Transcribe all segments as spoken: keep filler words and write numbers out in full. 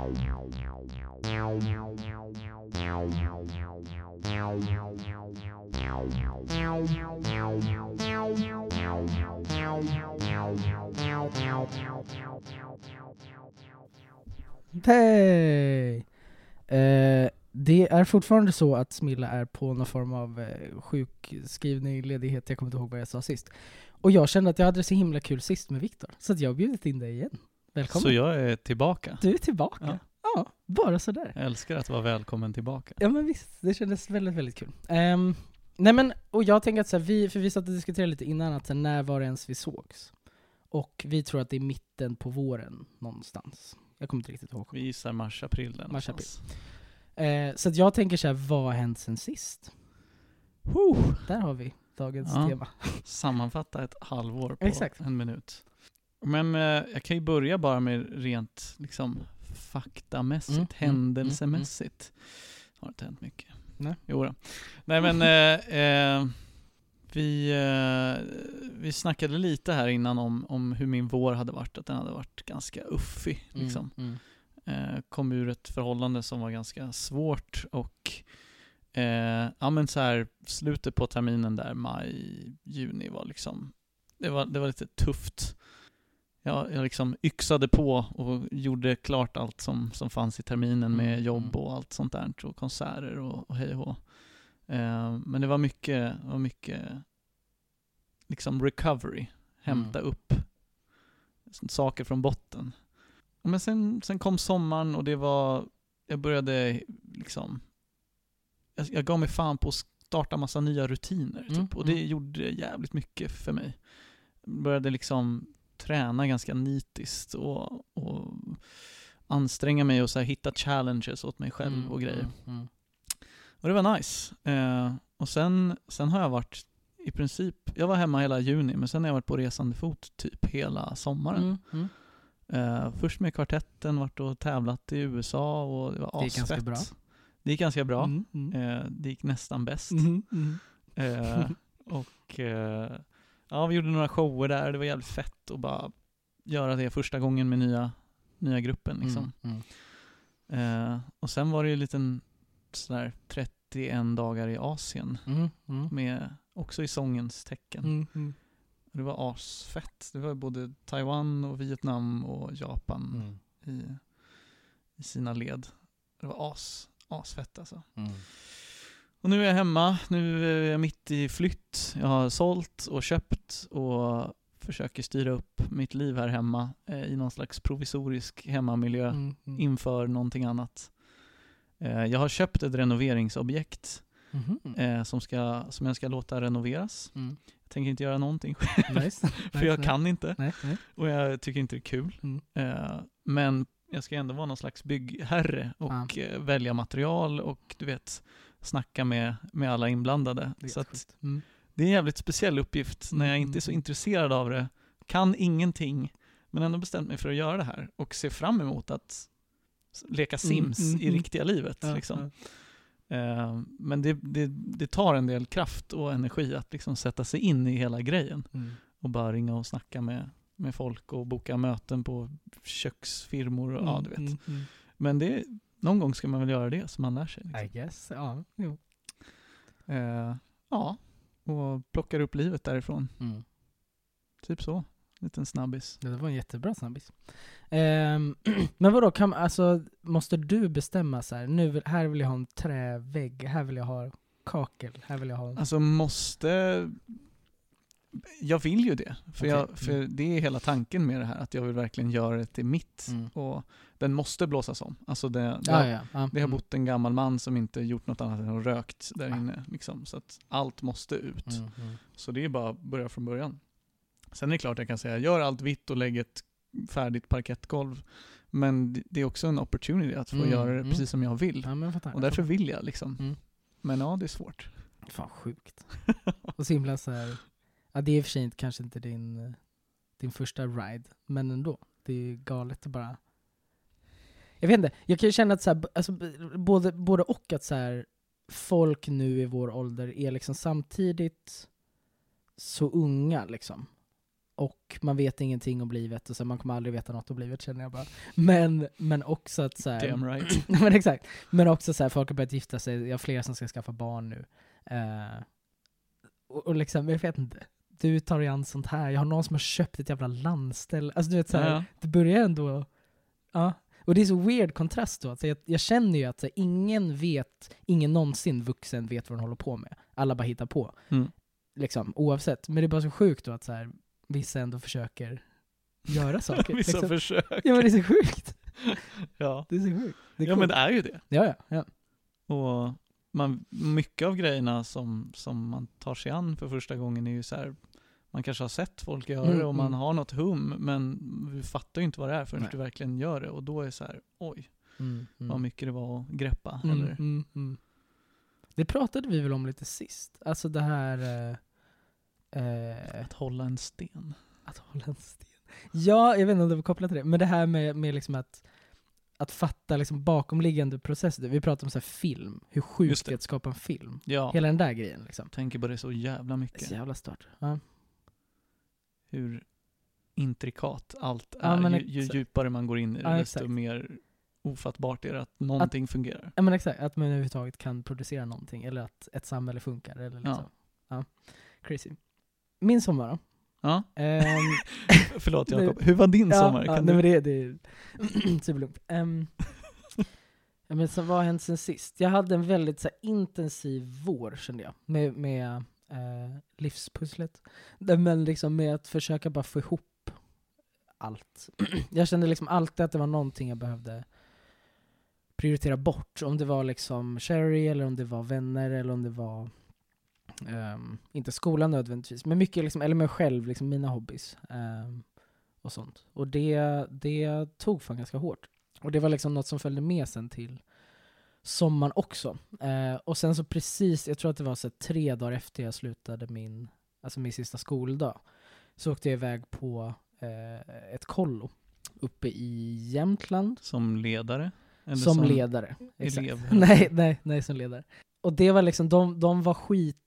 Hej! Eh, det är fortfarande så att Smilla är på någon form av eh, sjukskrivning, ledighet. Jag kommer inte ihåg vad jag sa sist. Och jag kände att jag hade det så himla kul sist med Viktor. Så att jag har bjudit in dig igen. Välkommen. Så jag är tillbaka? Du är tillbaka. Ja, ja bara sådär. Jag älskar att vara välkommen tillbaka. Ja men visst, det kändes väldigt, väldigt kul. Um, nej men, och jag tänker att så här, vi, för vi satt och diskuterade lite innan att så här, när var det ens vi sågs? Och vi tror att det är mitten på våren någonstans. Jag kommer inte riktigt ihåg. Vi gissar mars-april där mars april. Eh, så att jag tänker så här, vad har hänt sen sist? Huh, där har vi dagens ja, tema. Sammanfatta ett halvår på Exakt. En minut. Men eh, jag kan ju börja bara med rent liksom faktamässigt, mm, händelsemässigt. Mm, mm. Har inte hänt mycket. Nej. Jo då. Nej men eh, eh, vi, eh, vi snackade lite här innan om, om hur min vår hade varit. Att den hade varit ganska uffig. Liksom. Mm, mm. Eh, kom ur ett förhållande som var ganska svårt. Och eh, ja, men så här, slutet på terminen där, maj, juni var liksom, det var, det var lite tufft. Jag, jag liksom yxade på och gjorde klart allt som, som fanns i terminen med mm, jobb och allt sånt där, och konserter och, och hej och hå. Eh, men det var mycket, var mycket liksom recovery, hämta Mm. upp saker från botten. Men sen, sen kom sommaren och det var, jag började liksom, jag, jag gav mig fan på att starta massa nya rutiner typ, Mm, och det mm. gjorde jävligt mycket för mig. Började liksom träna ganska nitiskt och, och anstränga mig och så här hitta challenges åt mig själv Mm, och grejer. mm, mm. Och det var nice. Eh, och sen, sen har jag varit i princip, jag var hemma hela juni, men sen har jag varit på resande fot typ hela sommaren. Mm, mm. Eh, först med kvartetten, varit och tävlat i U S A och det var Det gick asfett. ganska bra. Det gick ganska bra. Mm, mm. Eh, det gick nästan bäst. Mm, mm. Eh, och eh, ja, vi gjorde några shower där. Det var jävligt fett att bara göra det första gången med nya, nya gruppen liksom. Mm, Eh, och sen var det ju en liten sådär trettioen dagar i Asien mm, mm. med, också i sångens tecken. Mm, mm. Det var asfett. Det var både Taiwan och Vietnam och Japan Mm. i, i sina led. Det var as, asfett alltså. Mm. Och nu är jag hemma. Nu är jag mitt i flytt. Jag har sålt och köpt och försöker styra upp mitt liv här hemma eh, i någon slags provisorisk hemmamiljö Mm, mm. inför någonting annat. Eh, jag har köpt ett renoveringsobjekt Mhm. eh, som, ska, som jag ska låta renoveras. Mm. Jag tänker inte göra någonting själv, Nice. för jag kan inte. Nej, nej. Och jag tycker inte det är kul. Mm. Eh, men jag ska ändå vara någon slags byggherre och Ja. eh, välja material och du vet, snacka med, med alla inblandade. Det är Så att schysst. Mm. det är en jävligt speciell uppgift när jag Mm, inte är så mm. intresserad av det. Kan ingenting, men ändå bestämt mig för att göra det här. Och se fram emot att s- leka Sims Mm, mm, i mm. riktiga livet. Ja, liksom. ja. Eh, men det, det, det tar en del kraft och energi att liksom sätta sig in i hela grejen. Mm. Och bara ringa och snacka med, med folk och boka möten på köksfirmor. Och, ja, du vet. Mm, mm. Men det, någon gång ska man väl göra det så man lär sig. Liksom. I guess, ja. Jo. Eh, ja, och plockar upp livet därifrån. Mm. Typ så. Liten snabbis. Det var en jättebra snabbis. Ehm, men vadå, kan, alltså, måste du bestämma så här, nu vill, här vill jag ha en trävägg, här vill jag ha kakel, här vill jag ha... Alltså måste... Jag vill ju det. För, Okej. jag, för det är hela tanken med det här. Att jag vill verkligen göra det till mitt. Mm. Och den måste blåsas om. Alltså det, det, Ja, har, ja, ja. det har Mm. bott en gammal man som inte gjort något annat än att rökt där Ah. inne. Liksom. Så att allt måste ut. Mm, mm. Så det är bara att börja från början. Sen är det klart att jag kan säga, gör allt vitt och lägg ett färdigt parkettgolv. Men det- det är också en opportunity att få Mm, göra det mm. precis som jag vill. Ja, men jag fattar. Och därför vill jag liksom. Mm. Men ja, det är svårt. Fan, sjukt. Och så himla så här... Ja, det är i och för sig inte, kanske inte din, eh, din första ride, men ändå. Det är galet att bara... Jag vet inte, jag kan ju känna att så här, b- alltså, b- både, både och att så här, folk nu i vår ålder är liksom samtidigt så unga liksom. och man vet ingenting om livet och så man kommer aldrig veta något om livet, känner jag bara. Men, men också att så här, Damn right. men exakt. Men också så här, folk har börjat gifta sig, jag har flera som ska skaffa barn nu. Uh, och, och liksom, jag vet inte. Du tar igen sånt här. Jag har någon som har köpt ett jävla landställ. Alltså du vet så här, Ja. det börjar ändå, ja. Och det är så weird kontrast då. Alltså jag, jag känner ju att så här, ingen vet, ingen någonsin vuxen vet vad de håller på med. Alla bara hittar på. Mm. Liksom, oavsett. Men det är bara så sjukt då att så här, vissa ändå försöker göra saker. Vissa liksom. försök. Ja men det är så sjukt. Ja, Det är så sjukt. Det är ja coolt. men det är ju det. Ja, ja, ja. Och man, mycket av grejerna som, som man tar sig an för första gången är ju så här, man kanske har sett folk göra Mm, det och man mm. har något hum, men vi fattar ju inte vad det är förrän Nej. du verkligen gör det. Och då är det så här, oj, Mm, mm. vad mycket det var att greppa. Mm, Eller? mm, mm. Det pratade vi väl om lite sist. Alltså det här eh, eh, Att hålla en sten. att hålla en sten. Ja, jag vet inte om det var kopplat till det. Men det här med, med liksom att, att fatta liksom bakomliggande processer. Vi pratade om så här film. Hur Just sjukt det. det är att skapa en film. Ja, Hela den där grejen liksom. tänker på det så jävla Det är mycket. så jävla stört. Ja. Hur intrikat allt Ja, är. men ju, ju exakt. djupare man går in i det, Ja, desto exakt. mer ofattbart är det att någonting fungerar. Ja men exakt, att man överhuvudtaget kan producera någonting. Eller att ett samhälle funkar. Eller liksom. Ja. Crazy. Min sommar då? Ja, Ehm, förlåt Nu- Jakob. Hur var din ja, sommar? ja, Kan nej, du... men det, det är superlugnt. Um, ja, men så, vad har hänt sen sist? Jag hade en väldigt så här, intensiv vår, kände jag. Med, med eh, livspusslet. Där, men liksom med att försöka bara få ihop allt. Jag kände liksom alltid att det var någonting jag behövde prioritera bort. Om det var liksom Sherry, eller om det var vänner, eller om det var um, inte skolan nödvändigtvis, men mycket liksom, eller mig själv, liksom mina hobbys um, och sånt. Och det, det tog fan ganska hårt. Och det var liksom något som följde med sen till sommaren också. Uh, och sen så precis, jag tror att det var så tre dagar efter jag slutade min, alltså min sista skoldag, så åkte jag iväg på uh, ett kollo uppe i Jämtland. Som ledare? Eller Som, ledare. Exakt. elev? nej, nej, nej, som ledare. Och det var liksom, de, de var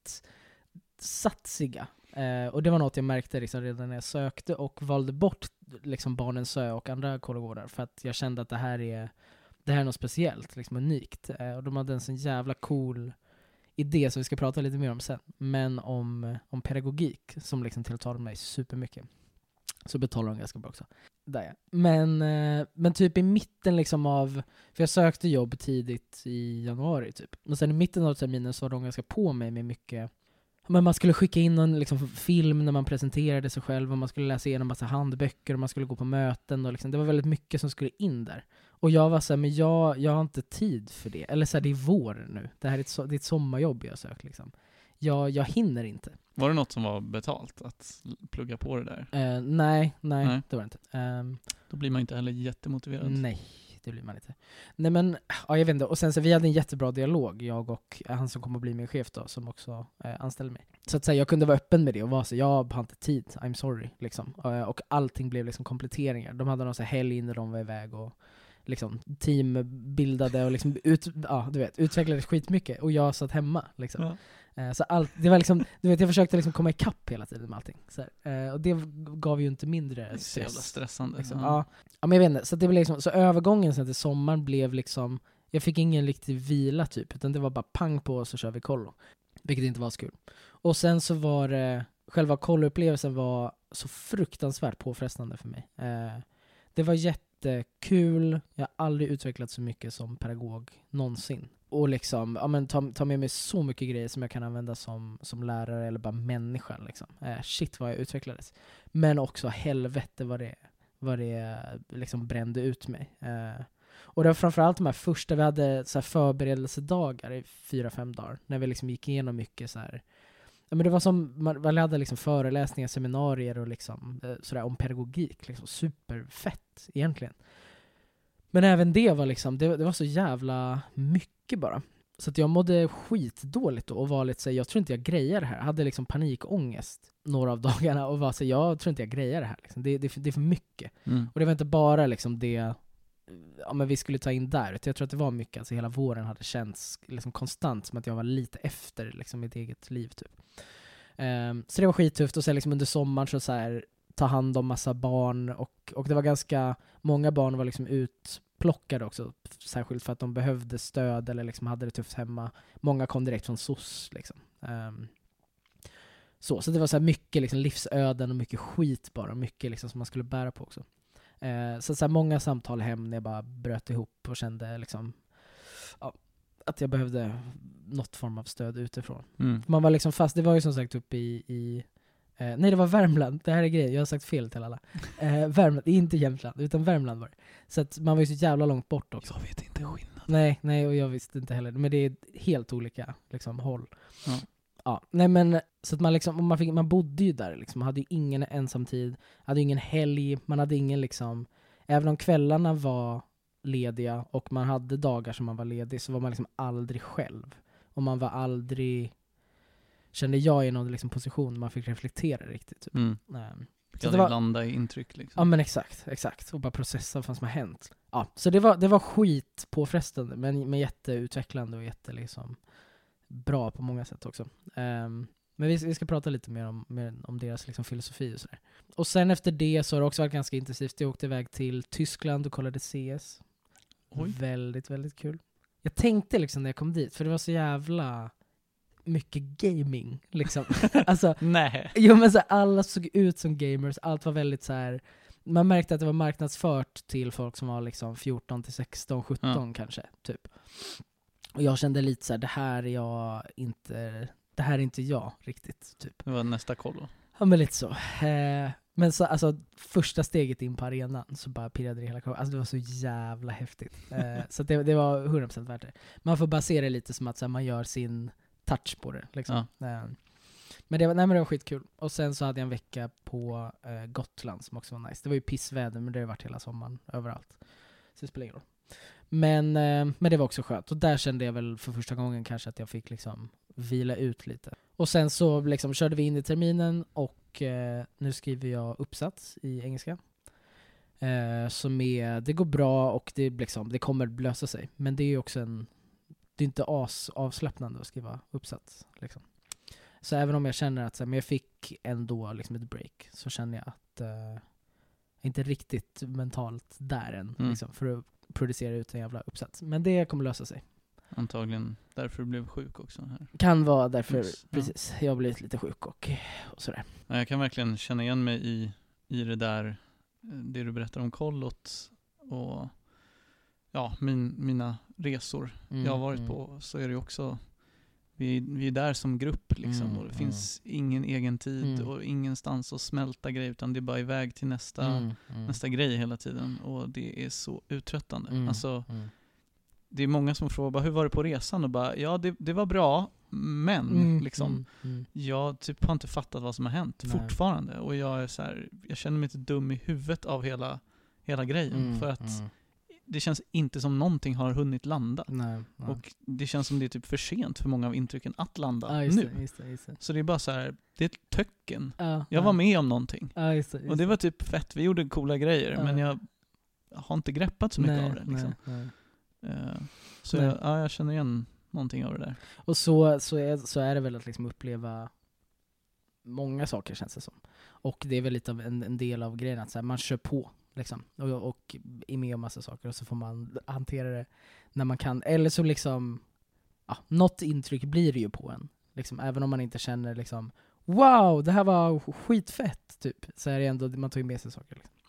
skitsatsiga. Eh, och det var något jag märkte liksom redan när jag sökte och valde bort liksom Barnens ö och andra kollegårdar, för att jag kände att det här är, det här är något speciellt, liksom unikt. Eh, och de hade en sån jävla cool idé som vi ska prata lite mer om sen. Men om, om pedagogik som liksom tilltalade mig supermycket. Så betalar de ganska bra också. Där ja. Men, eh, men typ i mitten liksom av, för jag sökte jobb tidigt i januari typ. Och sen i mitten av terminen så var de ganska på mig med mycket. Men man skulle skicka in en liksom, film när man presenterade sig själv, och man skulle läsa igenom massa handböcker och man skulle gå på möten och liksom, det var väldigt mycket som skulle in där. Och jag var så här, men jag, jag har inte tid för det. Eller så här, det är vår nu. Det här är ett, so- det är ett sommarjobb jag söker liksom. Jag, jag hinner inte. Var det något som var betalt att plugga på det där? Uh, nej, nej, Nej. det var det inte. Um, Då blir man inte heller jättemotiverad. nej, det blir man inte. Nej men, ja, jag vet inte. Och sen så vi hade en jättebra dialog, jag och han som kommer att bli min chef då, som också eh, anställde mig. Så att säga, jag kunde vara öppen med det och vara så, jag har inte tid, I'm sorry, liksom. Uh, och allting blev liksom kompletteringar. De hade någon så här helg när de var iväg och liksom team bildade och liksom ut, ja, du vet, utvecklade skitmycket, och jag satt hemma liksom. Ja. Eh, så allt, det var liksom, du vet, jag försökte liksom komma ikapp hela tiden med allting. Så här. Eh, och det gav ju inte mindre Det är så jävla stressande. liksom. Ja. Ja. Ja, men jag vet inte. Så, det blev liksom, så övergången sen till sommaren blev liksom, jag fick ingen riktig vila typ, utan det var bara pang på och så kör vi kollo. Vilket inte var så kul. Och sen så var det, själva kolloupplevelsen var så fruktansvärt påfrestande för mig. Eh, det var jättekul, jag har aldrig utvecklat så mycket som pedagog någonsin. Och liksom, ja, men ta, ta med mig så mycket grejer som jag kan använda som, som lärare eller bara människa. Liksom. Eh, shit vad jag utvecklades. Men också helvete vad det, vad det liksom brände ut mig. Eh, och det var framförallt de här första, vi hade så här förberedelsedagar i fyra, fem dagar. När vi liksom gick igenom mycket så här. Ja, men det var som, man, man hade liksom föreläsningar, seminarier och liksom, eh, sådär om pedagogik. Liksom, superfett egentligen. Men även det var liksom, det, det var så jävla mycket bara. Så att jag mådde skitdåligt då och var lite så, jag tror inte jag grejer det här. Jag hade liksom panikångest några av dagarna och var så, jag tror inte jag grejer det här. Liksom. Det, det, det är för mycket. Mm. Och det var inte bara liksom det, ja, men vi skulle ta in där. Jag tror att det var mycket, alltså hela våren hade känts liksom konstant som att jag var lite efter liksom mitt eget liv typ. Um, så det var skittufft, och sen liksom under sommaren så, så här, ta hand om massa barn. Och, och det var ganska, många barn var liksom utplockade också. Särskilt för att de behövde stöd eller liksom hade det tufft hemma. Många kom direkt från S O S. Liksom. Um, så, så det var så här mycket liksom livsöden och mycket skit bara. Mycket liksom som man skulle bära på också. Uh, så, så här många samtal hem när jag bara bröt ihop och kände liksom... Ja, att jag behövde något form av stöd utifrån. Mm. Man var liksom fast, det var ju som sagt uppe i, i eh, nej det var Värmland, det här är grejen, jag har sagt fel till alla. Eh, Värmland, inte Jämtland, utan Värmland var det. Så att man var ju så jävla långt bort också. Jag vet inte skillnad. Nej, nej och jag visste inte heller, men det är helt olika liksom håll. Ja. Ja, nej men så att man liksom, man, fick, man bodde ju där liksom, man hade ju ingen ensamtid, hade ju ingen helg, man hade ingen liksom, även om kvällarna var lediga och man hade dagar som man var ledig så var man liksom aldrig själv. Och man var aldrig, kände jag i någon liksom position man fick reflektera riktigt. Typ. Mm. Um, så det var landa i intryck liksom. Ja men exakt, exakt. Och bara processa vad som har hänt. Ja, så det var, det var skit påfrestande men, men jätteutvecklande och jätte liksom bra på många sätt också. Um, men vi, vi ska prata lite mer om, mer om deras liksom filosofi och sådär. Och sen efter det så har det också varit ganska intensivt. Jag åkte iväg till Tyskland och kollade C S. Oj. Väldigt, väldigt kul. Jag tänkte liksom när jag kom dit, för det var så jävla mycket gaming liksom. Alltså, nej. Jo men så här, alla såg ut som gamers, allt var väldigt så här. Man märkte att det var marknadsfört till folk som var liksom fjorton till sexton, sjutton ja. Kanske, typ. Och jag kände lite så här, det här är jag inte, det här är inte jag riktigt, typ. Det var nästa kollo. Ja men lite så. Eh, Men så, alltså, första steget in på arenan så bara pirrade det hela kroppen. Alltså det var så jävla häftigt. Eh, så det, det var hundra procent värt det. Man får bara se det lite som att så här, man gör sin touch på det. Liksom. Ja. Eh, men, det var, nej, men det var skitkul. Och sen så hade jag en vecka på eh, Gotland som också var nice. Det var ju pissväder men det har varit hela sommaren överallt. Så det spelar ingen roll. Men, eh, men det var också skönt. Och där kände jag väl för första gången kanske att jag fick liksom vila ut lite. Och sen så liksom körde vi in i terminen och eh, nu skriver jag uppsats i engelska. Eh, som är, det går bra och det, liksom, det kommer lösa sig. Men det är ju också en, det är inte as avslappnande att skriva uppsats. Liksom. Så även om jag känner att så här, men jag fick ändå liksom ett break så känner jag att eh, inte riktigt mentalt där än mm. liksom, för att producera ut en jävla uppsats. Men det kommer lösa sig. Antagligen därför du blev sjuk också här. Kan vara därför, yes. precis. Jag har blivit lite sjuk och, och sådär. Ja, jag kan verkligen känna igen mig i, i det där, det du berättar om kollot och ja, min, mina resor mm, jag har varit mm. på, så är det också, vi, vi är där som grupp liksom, mm, och det mm. finns ingen egen tid mm. och ingenstans att smälta grejer, utan det är bara iväg till nästa, mm, mm. nästa grej hela tiden, och det är så uttröttande. Mm, alltså mm. det är många som frågar, hur var det på resan? Och bara, ja det, det var bra, men mm, liksom, mm, mm. jag typ har inte fattat vad som har hänt Nej. fortfarande. Och jag är så här, jag känner mig inte dum i huvudet av hela, hela grejen. Mm, för att mm. det känns inte som någonting har hunnit landa. Nej, nej. Och det känns som det är typ för sent för många av intrycken att landa ah, just nu. Det, just det, just det. Så det är bara så här, det är ett töcken. Ah, jag ah. var med om någonting. Ah, just det, just och det var typ fett, vi gjorde coola grejer, ah. men jag har inte greppat så mycket nej, av det. Liksom. Nej, nej. Uh, så jag, ja, jag känner igen någonting av det där. Och så, så, är, så är det väl att liksom uppleva många saker, känns det som. Och det är väl lite av en, en del av grejen att så här, man kör på liksom, och, och är med om massa saker och så får man hantera det när man kan. Eller så liksom ja, något intryck blir det ju på en. Liksom, även om man inte känner liksom wow, det här var skitfett typ, så är det ändå, man tar ju med sig saker liksom.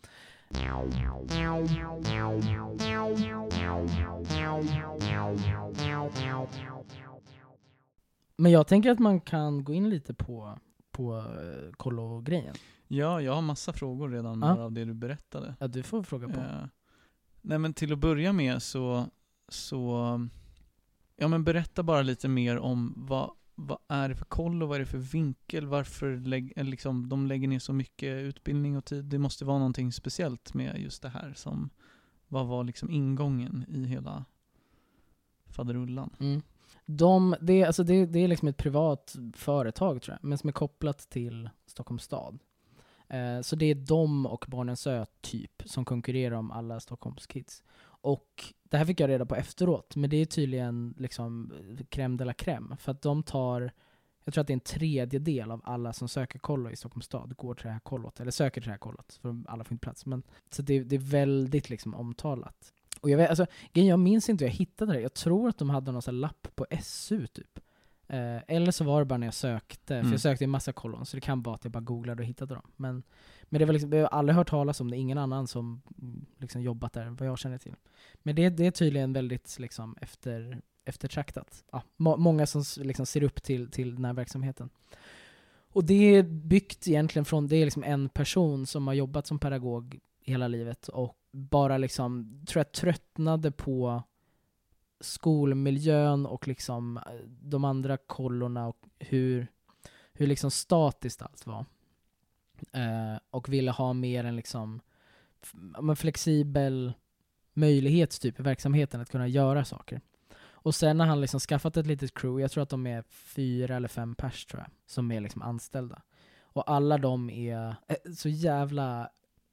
Men jag tänker att man kan gå in lite på på uh, kollo-grejen. Ja, jag har massa frågor redan ah. av det du berättade. Ja, du får fråga på. Uh, nej, men till att börja med så så ja, men berätta bara lite mer om vad vad är det för kollo, vad är det för vinkel, varför lägg, liksom, de lägger ner så mycket utbildning och tid. Det måste vara någonting speciellt med just det här. Som, vad var liksom ingången i hela faderullan? Mm. De, det, alltså det, det är liksom ett privat företag tror jag, men som är kopplat till Stockholms stad. Eh, så det är de och Barnens Ö typ som konkurrerar om alla Stockholms kids. Och det här fick jag reda på efteråt, men det är tydligen liksom crème de la crème, för att de tar jag tror att det är en tredjedel av alla som söker kollo i Stockholms stad går till det här kollot, eller söker till det här kollot, för alla får inte plats. Men, så det, det är väldigt liksom omtalat. Och jag, vet, alltså, jag minns inte hur jag hittade det. Jag tror att de hade någon sån här lapp på S U typ. Eh, eller så var det bara när jag sökte, Mm. för jag sökte i en massa kollon, så det kan vara att jag bara googlade och hittade dem. Men, men det var liksom, jag har aldrig hört talas om det, ingen annan som mm, liksom jobbat där, vad jag känner till. Men det, det är tydligen väldigt liksom, efter, eftertraktat. Ja, må, många som liksom, ser upp till, till den här verksamheten. Och det är byggt egentligen från, det är liksom en person som har jobbat som pedagog hela livet och bara liksom, tror jag, tröttnade på skolmiljön och liksom de andra kollorna och hur, hur liksom statiskt allt var. Eh, och ville ha mer en liksom f- flexibel möjlighet typ i verksamheten att kunna göra saker. Och sen när han liksom skaffat ett litet crew, jag tror att de är fyra eller fem pers tror jag, som är liksom anställda. Och alla de är eh, så jävla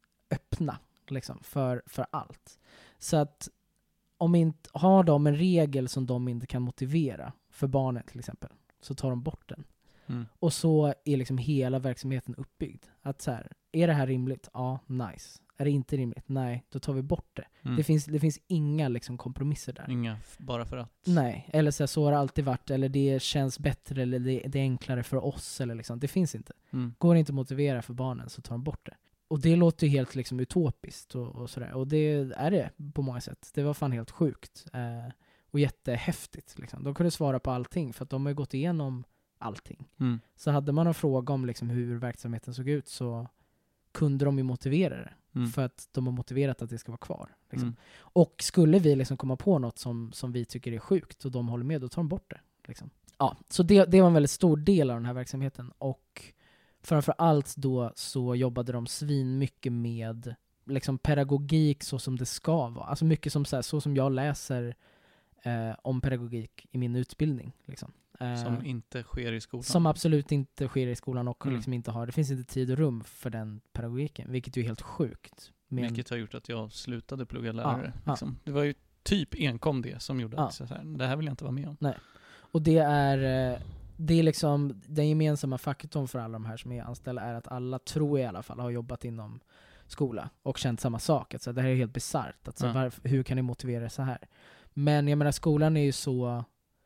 öppna liksom för, för allt. Så att om inte har de en regel som de inte kan motivera för barnet till exempel, så tar de bort den. Mm. Och så är liksom hela verksamheten uppbyggd. Att så här, är det här rimligt? Ja, nice. Är det inte rimligt? Nej, då tar vi bort det. Mm. Det finns, det finns inga liksom kompromisser där. Inga, f- bara för att. Nej, eller så, här, så har det alltid varit, eller det känns bättre, eller det, det är enklare för oss, eller liksom. Det finns inte. Mm. Går det inte att motivera för barnen så tar de bort det. Och det låter ju helt liksom utopiskt och, och sådär. Och det är det på många sätt. Det var fan helt sjukt. Eh, och jättehäftigt. Liksom. De kunde svara på allting för att de har ju gått igenom allting. Mm. Så hade man en fråga om liksom hur verksamheten såg ut så kunde de ju motivera det. Mm. För att de har motiverat att det ska vara kvar. Liksom. Mm. Och skulle vi liksom komma på något som, som vi tycker är sjukt och de håller med, då tar de bort det. Liksom. Ja, så det, det var en väldigt stor del av den här verksamheten. Och framför allt då så jobbade de svin mycket med liksom pedagogik så som det ska vara. Alltså mycket som så, här, så som jag läser eh, om pedagogik i min utbildning. Liksom. Eh, Som inte sker i skolan. som absolut inte sker i skolan och Mm. liksom inte har. Det finns inte tid och rum för den pedagogiken, vilket ju är helt sjukt. Men, Vilket har gjort att jag slutade plugga lärare. ja. Liksom. Det var ju typ enkom det som gjorde Ja. att så här, det här vill jag inte vara med om. och det är, eh, det är liksom den gemensamma faktorn för alla de här som är anställda är att alla, tror jag i alla fall, har jobbat inom skola och känt samma sak. Att så här, det här är helt bisarrt. Att så, Ja. varför, hur kan ni motivera det så här? Men jag menar, skolan är ju så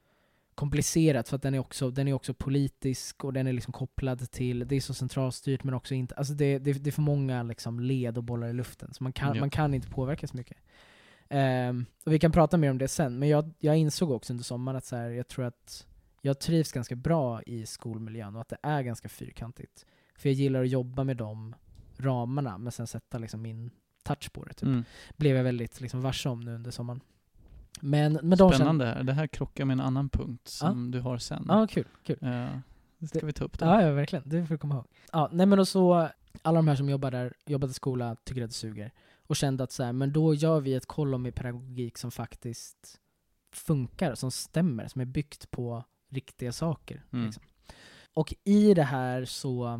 komplicerat för att den är också, den är också politisk och den är liksom kopplad till, det är så centralstyrt men också inte, alltså det, det, det är för många liksom led och bollar i luften så man kan, Ja. man kan inte påverka så mycket. Ehm, och vi kan prata mer om det sen, men jag, jag insåg också under sommaren att så här, jag tror att jag trivs ganska bra i skolmiljön och att det är ganska fyrkantigt. För jag gillar att jobba med de ramarna men sen sätta liksom min touch på det. Typ. Mm. Blev jag väldigt liksom varse om nu under sommaren. Men, men de Spännande här. Det här krockar med en annan punkt som du har sen. Ja, ah, kul. kul. Eh, det ska Det- vi ta upp då. Ja, ja, verkligen. Det får du komma ihåg. Ja, nej men och så, alla de här som jobbar där, jobbat i skola, tycker att det suger. Och kände att så här, men då gör vi ett kollon med pedagogik som faktiskt funkar, som stämmer, som är byggt på riktiga saker. Mm. Liksom. Och i det här så,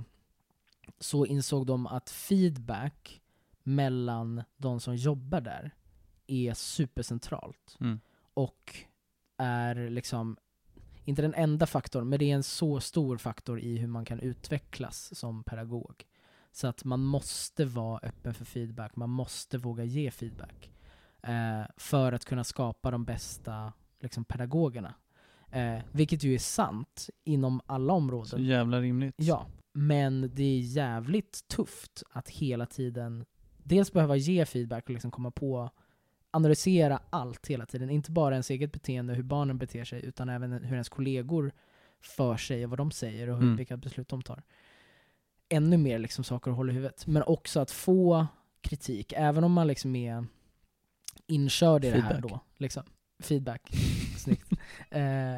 så insåg de att feedback mellan de som jobbar där är supercentralt. Mm. Och är liksom inte den enda faktorn, men det är en så stor faktor i hur man kan utvecklas som pedagog. Så att man måste vara öppen för feedback, man måste våga ge feedback eh, för att kunna skapa de bästa liksom, pedagogerna. Eh, vilket ju är sant inom alla områden. Så jävla rimligt. Ja, men det är jävligt tufft att hela tiden dels behöva ge feedback och liksom komma på, analysera allt hela tiden. Inte bara ens eget beteende, hur barnen beter sig, utan även hur ens kollegor för sig och vad de säger och hur, Mm. vilka beslut de tar. Ännu mer liksom saker att hålla i huvudet. Men också att få kritik, även om man liksom är inkörd i det här Feedback. då. Liksom. Feedback. Snyggt. Eh,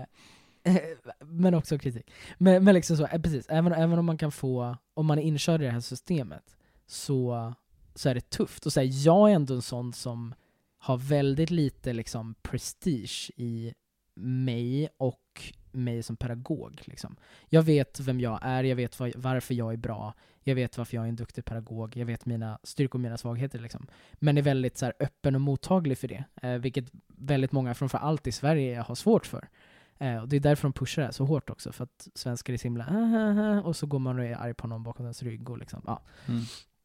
men också kritik. Men, men liksom så, eh, precis. Även, även om man kan få, om man är inkörd i det här systemet, så, så är det tufft. Och så här, jag är ändå en sån som har väldigt lite liksom prestige i mig och mig som pedagog. Liksom. Jag vet vem jag är, jag vet var, varför jag är bra, jag vet varför jag är en duktig pedagog, jag vet mina styrkor och mina svagheter. Liksom. Men är väldigt så här, öppen och mottaglig för det, eh, vilket väldigt många, framför allt i Sverige, har svårt för. Eh, och det är därför de pushar det här så hårt också. För att svenskar är så himla ah, ah, ah, och så går man och är arg på någon bakom ens rygg. Och liksom, ja. Mm.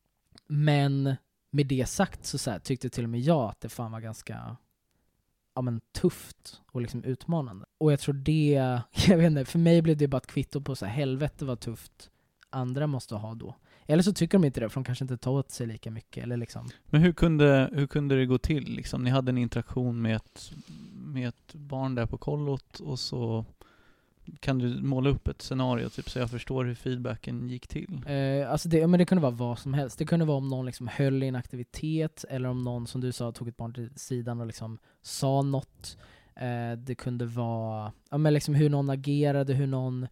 Men med det sagt så, så här, tyckte till och med jag att det fan var ganska ja, men, tufft och liksom utmanande. Och jag tror det, jag vet inte, för mig blev det bara ett kvitto på så här, helvete vad tufft andra måste ha då. Eller så tycker de inte det, för de kanske inte tar åt sig lika mycket. Eller liksom. Men hur kunde, hur kunde det gå till? Liksom, ni hade en interaktion med ett, med ett barn där på kollot och så kan du måla upp ett scenario typ, så jag förstår hur feedbacken gick till? Eh, alltså det, men det kunde vara vad som helst. Det kunde vara om någon liksom höll i en aktivitet eller om någon, som du sa, tog ett barn till sidan och liksom sa något. Eh, det kunde vara ja, men liksom hur någon agerade, hur någon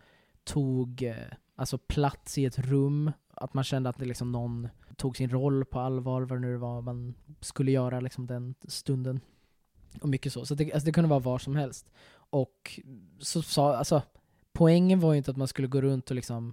tog eh, alltså plats i ett rum. Att man kände att det liksom någon tog sin roll på allvar, vad det nu var man skulle göra liksom den stunden. Och mycket så. Så det, alltså det kunde vara var som helst. Och så sa, alltså poängen var ju inte att man skulle gå runt och liksom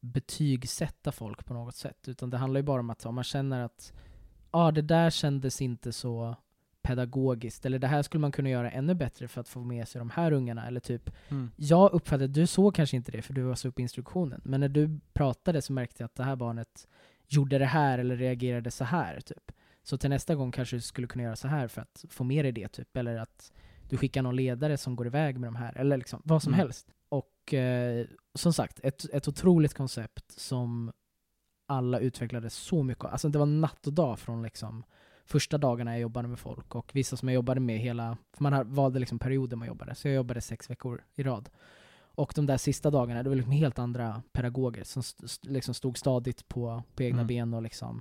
betygsätta folk på något sätt. Utan det handlar ju bara om att om man känner att ja, ah, det där kändes inte så pedagogiskt. Eller det här skulle man kunna göra ännu bättre för att få med sig de här ungarna. Eller typ, mm. jag uppfattade att du såg kanske inte det för du var så upp i instruktionen. Men när du pratade så märkte jag att det här barnet gjorde det här eller reagerade så här typ. Så till nästa gång kanske du skulle kunna göra så här för att få med dig det typ. Eller att du skickar någon ledare som går iväg med de här. Eller liksom, vad som mm. helst. Och eh, som sagt, ett, ett otroligt koncept som alla utvecklade så mycket. Alltså det var natt och dag från liksom första dagarna jag jobbade med folk. Och vissa som jag jobbade med hela, för man valde liksom perioder man jobbade. Så jag jobbade sex veckor i rad. Och de där sista dagarna, det var liksom helt andra pedagoger som st- liksom stod stadigt på, på egna mm. ben och liksom,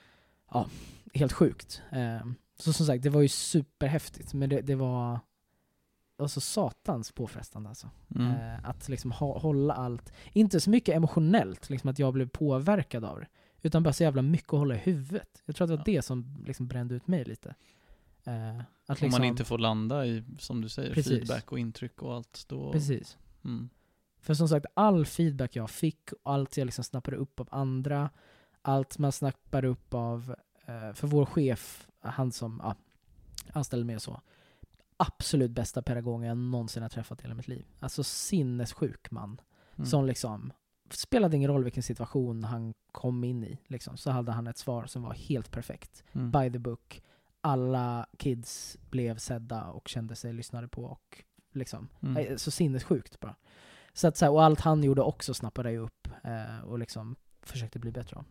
ja, helt sjukt. Eh, så som sagt, det var ju superhäftigt. Men det, det var alltså satans påfrestande alltså. Mm. Eh, att liksom ha, hålla allt, inte så mycket emotionellt, liksom att jag blev påverkad av det. Utan bara så jävla mycket att hålla i huvudet. Jag tror att det var ja. det som liksom brände ut mig lite. Eh, att liksom, om man inte får landa i, som du säger, precis. feedback och intryck och allt. Då... Precis. Mm. För som sagt, all feedback jag fick, och allt jag liksom snappade upp av andra, allt man snappade upp av, eh, för vår chef, han som ja, anställde mig och så, absolut bästa pedagogen jag någonsin har träffat i hela mitt liv. Alltså sinnessjuk man. Mm. Som liksom spelade ingen roll vilken situation han kom in i. Liksom. Så hade han ett svar som var helt perfekt. Mm. By the book. Alla kids blev sedda och kände sig lyssnade på. Och liksom, mm. Så sinnessjukt bara. Så att, så här, och allt han gjorde också snappade jag upp. Eh, och liksom försökte bli bättre.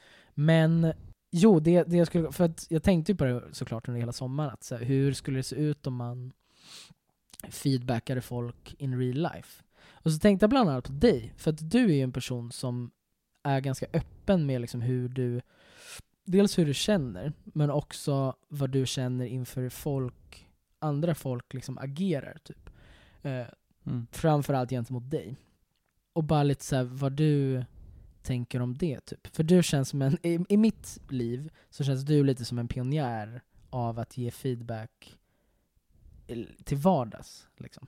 Men jo, det, det jag skulle, för att jag tänkte ju på det såklart under hela sommaren. Att, så här, hur skulle det se ut om man feedbackade folk in real life? Och så tänkte jag bland annat på dig. För att du är ju en person som är ganska öppen med liksom hur du, dels hur du känner, men också vad du känner inför folk, andra folk liksom agerar typ. Eh, mm. Framförallt gentemot dig. Och bara lite så här, vad du tänker om det typ. För du känns som en, i, i mitt liv så känns du lite som en pionjär av att ge feedback till vardags liksom.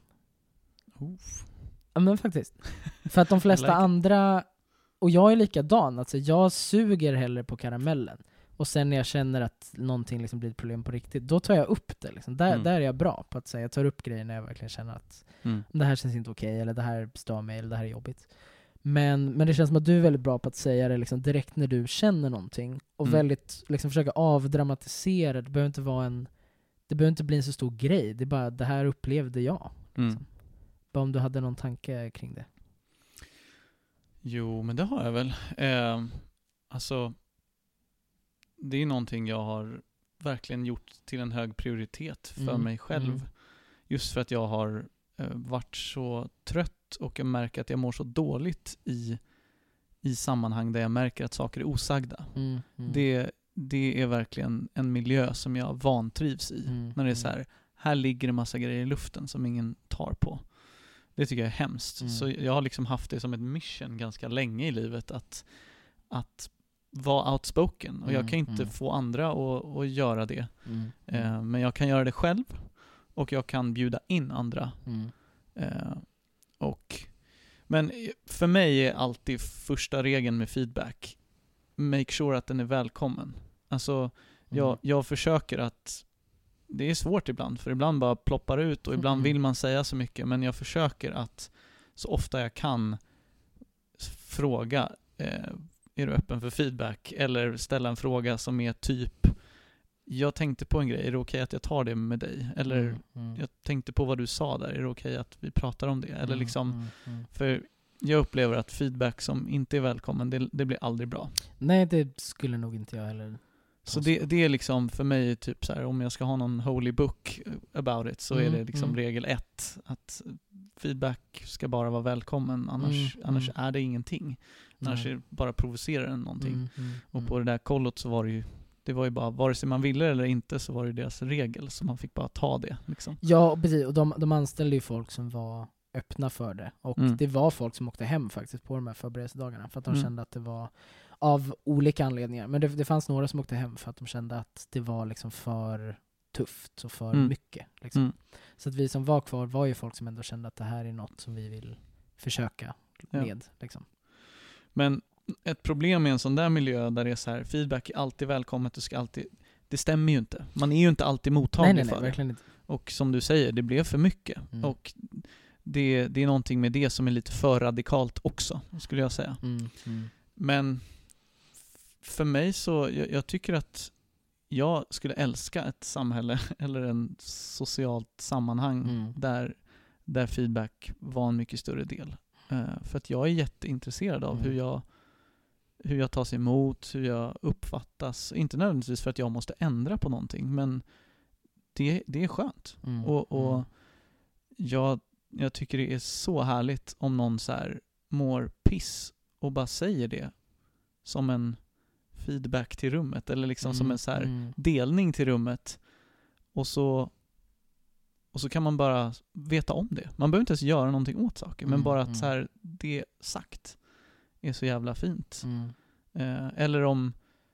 Oof. Ja men faktiskt. För att de flesta like andra, och jag är likadan, alltså jag suger hellre på karamellen. Och sen när jag känner att någonting liksom blir ett problem på riktigt, då tar jag upp det. Liksom. Där, mm. där är jag bra på att säga. Jag tar upp grejer när jag verkligen känner att mm. det här känns inte okej, eller det här stör mig, eller det här är jobbigt. Men, men det känns som att du är väldigt bra på att säga det liksom direkt när du känner någonting. Och mm. väldigt liksom försöka avdramatisera. Det behöver inte vara en, det behöver inte bli en så stor grej. Det är bara, det här upplevde jag. Liksom. Mm. Bara om du hade någon tanke kring det. Jo, men det har jag väl. Eh, alltså, det är någonting jag har verkligen gjort till en hög prioritet för mm. mig själv. Mm. Just för att jag har eh, varit så trött och jag märker att jag mår så dåligt i, i sammanhang där jag märker att saker är osagda. Mm. Mm. Det, det är verkligen en miljö som jag vantrivs i. Mm. När det är så här, här ligger en massa grejer i luften som ingen tar på. Det tycker jag är hemskt. Mm. Så jag har liksom haft det som ett mission ganska länge i livet att, att vara outspoken. Och mm, jag kan inte mm. få andra att, att göra det. Mm, eh, men jag kan göra det själv. Och jag kan bjuda in andra. Mm. Eh, och, men för mig är alltid första regeln med feedback: make sure att den är välkommen. Alltså, mm. jag, jag försöker att det är svårt ibland, för ibland bara ploppar ut och ibland Mm. vill man säga så mycket, men jag försöker att så ofta jag kan fråga eh, är du öppen för feedback, eller ställa en fråga som är typ jag tänkte på en grej, är det okej att jag tar det med dig? Eller Mm, mm. jag tänkte på vad du sa där, är det okej att vi pratar om det? Eller Mm, liksom, mm, mm. för jag upplever att feedback som inte är välkommen, det, det blir aldrig bra. Nej, det skulle nog inte jag heller. Så det, det är liksom för mig typ så här, om jag ska ha någon holy book about it, så Mm, är det liksom mm. regel ett, att feedback ska bara vara välkommen, annars, Mm, annars mm. är det ingenting. Annars Nej. är det bara provocerar den någonting. Mm, mm, Och mm. på det där kollot så var det ju, det var ju bara, vare sig man ville eller inte, så var det deras regel, så man fick bara ta det liksom. Ja, precis. Och de, de anställde ju folk som var öppna för det. Och Mm. det var folk som åkte hem faktiskt på de här förberedelsedagarna, för att de Mm. kände att det var av olika anledningar. Men det, det fanns några som åkte hem för att de kände att det var liksom för tufft och för Mm. mycket. Liksom. Mm. Så att vi som var kvar var ju folk som ändå kände att det här är något som vi vill försöka Ja. med. Liksom. Men ett problem i en sån där miljö där det är så här, feedback är alltid välkommet, du ska alltid, det stämmer ju inte. Man är ju inte alltid mottaglig Nej, nej, nej, för det. verkligen inte. Och som du säger, det blev för mycket. Mm. Och det, det är någonting med det som är lite för radikalt också, skulle jag säga. Mm. Mm. Men f- för mig så, jag, jag tycker att jag skulle älska ett samhälle eller en socialt sammanhang Mm. där, där feedback var en mycket större del. Uh, för att jag är jätteintresserad av Mm. hur jag hur jag tas emot, hur jag uppfattas. Inte nödvändigtvis för att jag måste ändra på någonting, men det, det är skönt. Mm. Och, och Mm. jag, jag tycker det är så härligt om någon så här mår piss och bara säger det som en feedback till rummet, eller liksom som en så här Mm. delning till rummet, och så och så kan man bara veta om det. Man behöver inte ens göra någonting åt saker, men Mm, bara att mm. så här, det sagt är så jävla fint. Mm. Eh, eller om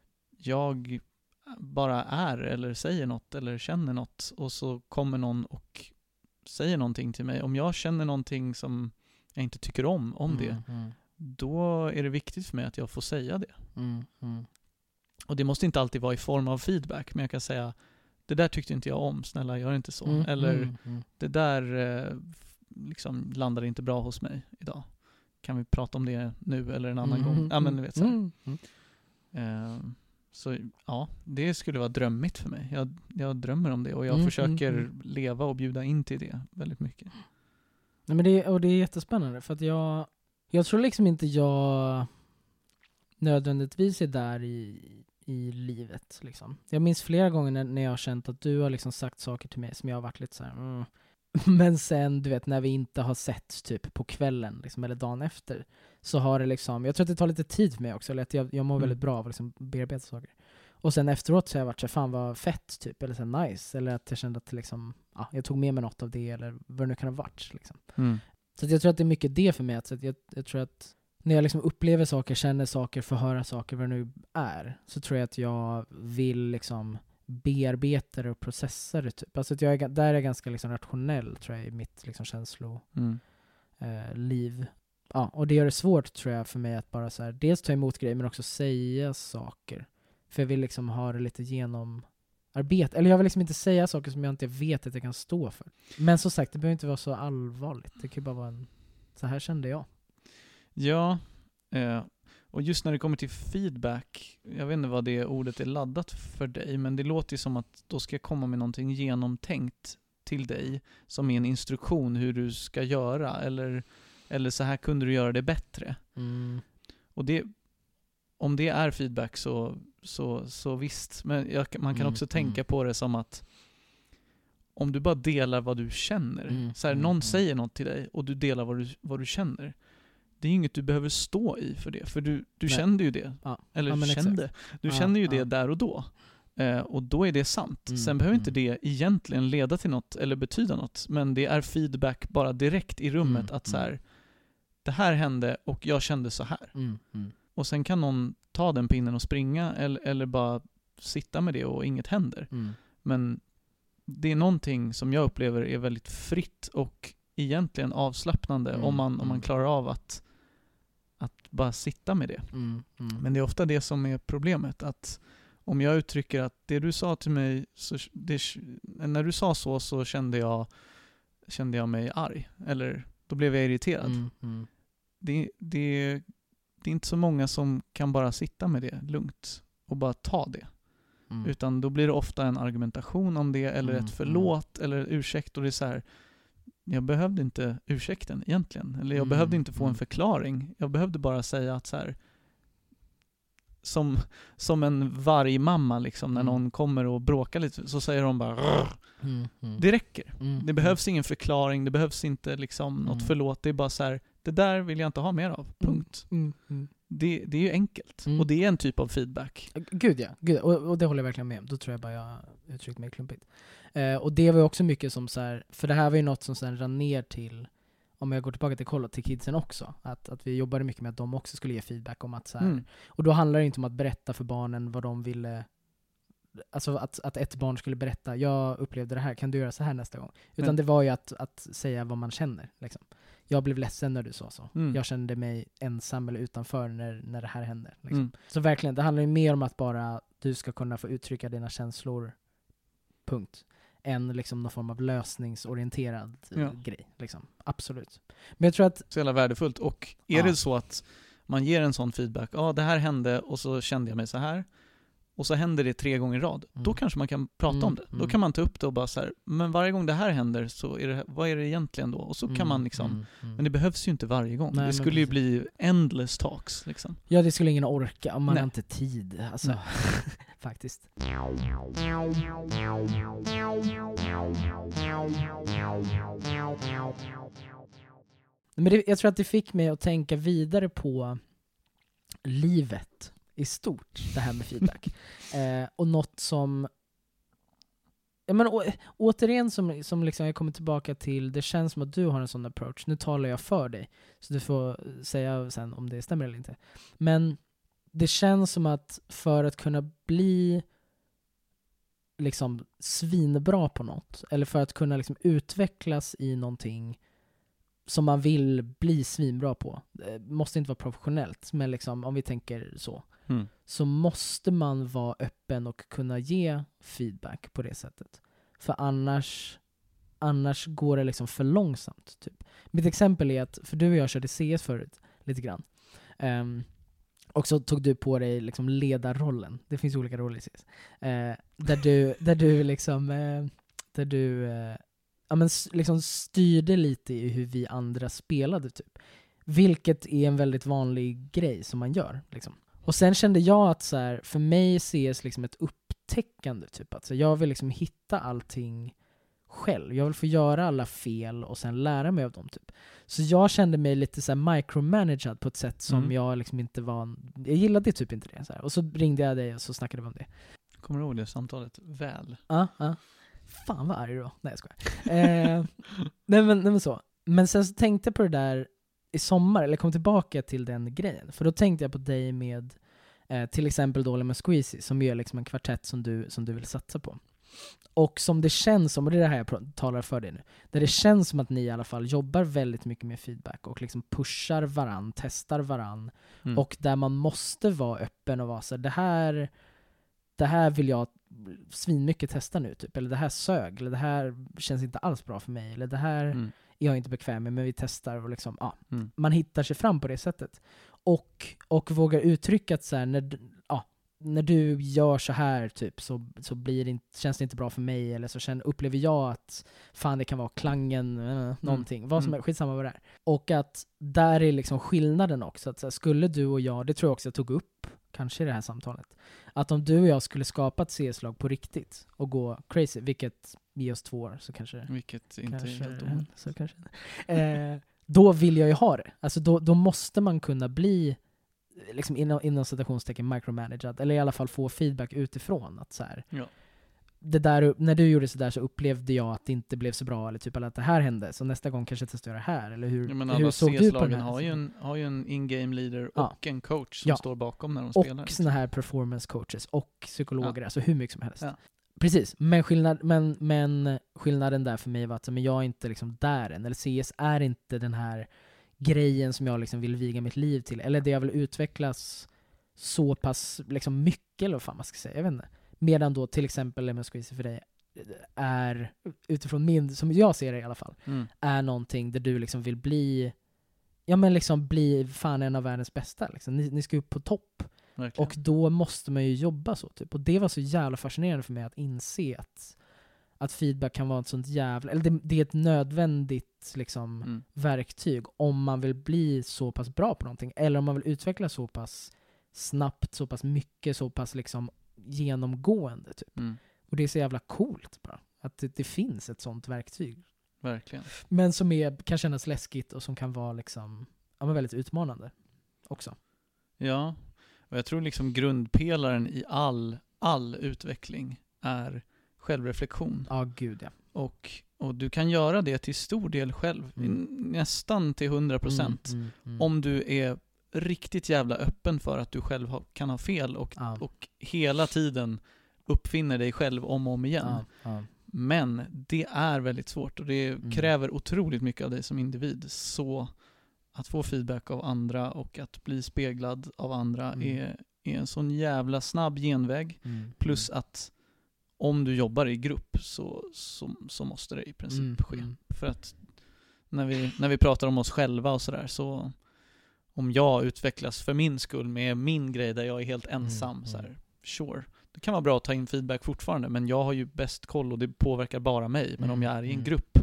jag bara är eller säger något eller känner något, och så kommer någon och säger någonting till mig. Om jag känner någonting som jag inte tycker om om det, Mm. Mm. då är det viktigt för mig att jag får säga det. Mm. Mm. Och det måste inte alltid vara i form av feedback, men jag kan säga, det där tyckte inte jag om, snälla gör inte så. Mm. Eller Mm. Mm. det där eh, liksom landade inte bra hos mig idag. Kan vi prata om det nu eller en annan Mm. gång? Ja, men du vet så här. Mm. Mm. Eh, så ja, det skulle vara drömmigt för mig. Jag, jag drömmer om det, och jag Mm, försöker mm, leva och bjuda in till det väldigt mycket. Nej, men det, och det är jättespännande, för att jag, jag tror liksom inte jag nödvändigtvis är där i, i livet. Liksom. Jag minns flera gånger när, när jag har känt att du har liksom sagt saker till mig som jag har varit lite så här. Mm. Men sen, du vet, när vi inte har sett typ på kvällen liksom, eller dagen efter, så har det liksom, jag tror att det tar lite tid för mig också, eller att jag, jag mår Mm. väldigt bra av att liksom bearbeta saker. Och sen efteråt så har jag varit så här, fan vad fett typ, eller så här, nice, eller att jag kände att liksom, ja, jag tog med mig något av det, eller vad det nu kan ha varit liksom. Mm. Så att jag tror att det är mycket det för mig, att, så att jag, jag tror att när jag liksom upplever saker, känner saker, får höra saker, vad det nu är, så tror jag att jag vill liksom bearbeta det och processa det typ. Alltså att jag är, där är jag ganska liksom rationell, tror jag, i mitt liksom känsloliv. Mm. Eh, liv. Ja, och det gör det svårt, tror jag, för mig att bara så här, dels ta emot grejer, men också säga saker. För jag vill liksom ha det lite genomarbete. Eller jag vill liksom inte säga saker som jag inte vet att jag kan stå för. Men som sagt, det behöver inte vara så allvarligt. Det kan ju bara vara en, så här kände jag. Ja, eh, och just när det kommer till feedback, jag vet inte vad det ordet är laddat för dig, men det låter ju som att då ska jag komma med någonting genomtänkt till dig, som är en instruktion hur du ska göra, eller, eller så här kunde du göra det bättre. Mm. Och det, om det är feedback så, så, så visst, men jag, man kan Mm, också tänka mm. på det som att om du bara delar vad du känner, Mm, så här, mm, någon mm. säger något till dig och du delar vad du, vad du känner, det är inget du behöver stå i för det, för du, du Nej. kände ju det. Ja. Eller Ja, men kände. Du Ja, känner ju ja. det där och då. Eh, och då är det sant. Mm, Sen behöver inte mm. det egentligen leda till något eller betyda något, men det är feedback bara direkt i rummet, Mm, att så mm. här, det här hände och jag kände så här. Mm, mm. Och sen kan någon ta den pinnen och springa, eller, eller bara sitta med det och inget händer. Mm. Men det är någonting som jag upplever är väldigt fritt och egentligen avslappnande, Mm, om, man, om man mm. klarar av att, att bara sitta med det. Mm, mm. Men det är ofta det som är problemet, att om jag uttrycker att det du sa till mig, så det, när du sa så så kände jag, kände jag mig arg. Eller då blev jag irriterad. Mm, mm. Det, det, det är inte så många som kan bara sitta med det lugnt och bara ta det. Mm. Utan då blir det ofta en argumentation om det, eller Mm, ett förlåt, mm. eller ursäkt. Och det är så här, jag behövde inte ursäkten egentligen. Eller jag Mm, behövde inte få en mm. förklaring. Jag behövde bara säga att så här, som, som en vargmamma liksom, när Mm. någon kommer och bråkar lite, så säger de bara "Rrr." Mm, mm. Det räcker. Mm, Det behövs ingen förklaring, det behövs inte liksom något Mm. förlåt. Det är bara så här, det där vill jag inte ha mer av. Punkt. Mm, mm. Det, det är ju enkelt. Mm. Och det är en typ av feedback. Gud ja, Gud, och, och det håller jag verkligen med om. Då tror jag bara jag uttryckt mig klumpigt. Eh, och det var ju också mycket som så här, för det här var ju något som sen rann ner till, om jag går tillbaka till kolla till kidsen också, att, att vi jobbade mycket med att de också skulle ge feedback om att så här, Mm. och då handlar det inte om att berätta för barnen vad de ville, alltså att, att ett barn skulle berätta, jag upplevde det här, kan du göra så här nästa gång? Utan Mm. det var ju att, att säga vad man känner. Liksom. Jag blev ledsen när du sa så. Mm. Jag kände mig ensam eller utanför när, när det här hände. Liksom. Mm. Så verkligen, det handlar ju mer om att bara du ska kunna få uttrycka dina känslor, punkt, än liksom någon form av lösningsorienterad eh, Ja. grej. Liksom. Absolut. Men jag tror att, Så jävla värdefullt. Och är Ja. det så att man ger en sån feedback, ja det här hände och så kände jag mig så här, och så händer det tre gånger i rad, Mm. då kanske man kan prata Mm, om det. Då mm. kan man ta upp det och bara så här, men varje gång det här händer så är det, vad är det egentligen då? Och så kan mm, man liksom, mm, mm. men det behövs ju inte varje gång. Nej, det men skulle ju precis. bli endless talks liksom. Ja, det skulle ingen orka om man Nej. har inte tid. Alltså, Nej. faktiskt. Men det, jag tror att det fick mig att tänka vidare på livet i stort, det här med feedback. eh, och något som, ja, men, å, återigen som, som liksom jag kommer tillbaka till, det känns som att du har en sån approach. Nu talar jag för dig, så du får säga sen om det stämmer eller inte. Men det känns som att för att kunna bli liksom svinbra på något, eller för att kunna liksom utvecklas i någonting som man vill bli svinbra på, det måste inte vara professionellt, men liksom, om vi tänker så, Mm. så måste man vara öppen och kunna ge feedback på det sättet. För annars annars går det liksom för långsamt. Typ. Mitt exempel är att, för du och jag körde C S förut, lite grann. Um, och så tog du på dig liksom ledarrollen. Det finns olika roller i C S. Uh, där du, där du liksom, uh, där du uh, ja, men s- liksom styrde lite i hur vi andra spelade typ. Vilket är en väldigt vanlig grej som man gör. Liksom. Och sen kände jag att så här, för mig ses liksom ett upptäckande. Typ. Alltså, jag vill liksom hitta allting själv. Jag vill få göra alla fel och sen lära mig av dem. Typ. Så jag kände mig lite så här micromanagad på ett sätt som Mm. jag liksom inte var... Jag gillade typ inte det. Så här. Och så ringde jag dig och så snackade vi om det. Kommer du ihåg det samtalet väl? Ja, ja. Fan vad arg då. Nej, jag skojar. eh, nej, men, nej men så. Men sen så tänkte jag på det där i sommar, eller kom tillbaka till den grejen. För då tänkte jag på dig med eh, till exempel då med Squeezy, som är liksom en kvartett som du, som du vill satsa på. Och som det känns som, och det är det här jag pr- talar för dig nu, där det känns som att ni i alla fall jobbar väldigt mycket med feedback och liksom pushar varann, testar varann. Mm. Och där man måste vara öppen och vara så här, det här, det här vill jag svinmycket testa nu typ. Eller det här sög, eller det här känns inte alls bra för mig. Eller det här Mm. är jag inte bekväm med, men vi testar och liksom, ja. Mm. Man hittar sig fram på det sättet. Och, och vågar uttrycka att så här, när, du- ja, när du gör så här typ, så, så blir det inte, känns det inte bra för mig. Eller så känner, upplever jag att fan, det kan vara klangen, äh, någonting. Vad som är, Mm. skitsamma vad det är. Och att där är liksom skillnaden också. Att så här, skulle du och jag, det tror jag också jag tog upp kanske i det här samtalet, att om du och jag skulle skapa ett C S-lag på riktigt och gå crazy, vilket ger oss två år, så kanske Vilket inte kanske, är helt omöjligt. så kanske eh, då vill jag ju ha det. Alltså då, då måste man kunna bli liksom inom, inom citationstecken micromanagad, eller i alla fall få feedback utifrån att så här, Ja. det där, när du gjorde så där så upplevde jag att det inte blev så bra, eller typ eller att det här hände, så nästa gång kanske jag testar jag det här, eller hur, Ja, men hur alla såg du på den C S-lagen här? har ju en, har ju en in-game leader Ja. och en coach som Ja. står bakom när de och spelar. såna här performance coaches och psykologer, Ja. alltså hur mycket som helst. Ja. Precis, men, skillnad, men, men skillnaden där för mig var att men jag är inte liksom där än, eller C S är inte den här grejen som jag liksom vill viga mitt liv till, eller det jag vill utvecklas så pass liksom mycket, eller vad fan man ska säga, jag vet inte. Medan då till exempel Lemon Squeezy för dig är, utifrån min, som jag ser det i alla fall, Mm. är någonting där du liksom vill bli, ja men liksom bli fan en av världens bästa. Liksom. Ni, ni ska upp på topp. Verkligen. Och då måste man ju jobba så typ. Och det var så jävla fascinerande för mig att inse att, att feedback kan vara ett sånt jävla, eller det, det är ett nödvändigt liksom Mm. verktyg om man vill bli så pass bra på någonting, eller om man vill utveckla så pass snabbt, så pass mycket, så pass liksom genomgående typ. Mm. Och det är så jävla coolt bara att det, det finns ett sånt verktyg. Verkligen. Men som är, kan kännas läskigt och som kan vara liksom, ja, men väldigt utmanande också. Ja, och jag tror liksom grundpelaren i all, all utveckling är självreflektion. Ja, gud ja. Och, och du kan göra det till stor del själv, Mm. nästan till hundra procent. Mm, mm, mm. Om du är riktigt jävla öppen för att du själv ha, kan ha fel och, Ja. och hela tiden uppfinner dig själv om och om igen. Ja, ja. Men det är väldigt svårt och det Mm. kräver otroligt mycket av dig som individ. Så att få feedback av andra och att bli speglad av andra Mm. är, är en sån jävla snabb genväg. Mm. Plus att om du jobbar i grupp så, så, så måste det i princip Mm, ske. mm. För att när vi, när vi pratar om oss själva och sådär, så om jag utvecklas för min skull med min grej där jag är helt ensam, mm. så här, sure. Det kan vara bra att ta in feedback fortfarande, men jag har ju bäst koll och det påverkar bara mig. Men Mm, om jag är i en mm. grupp,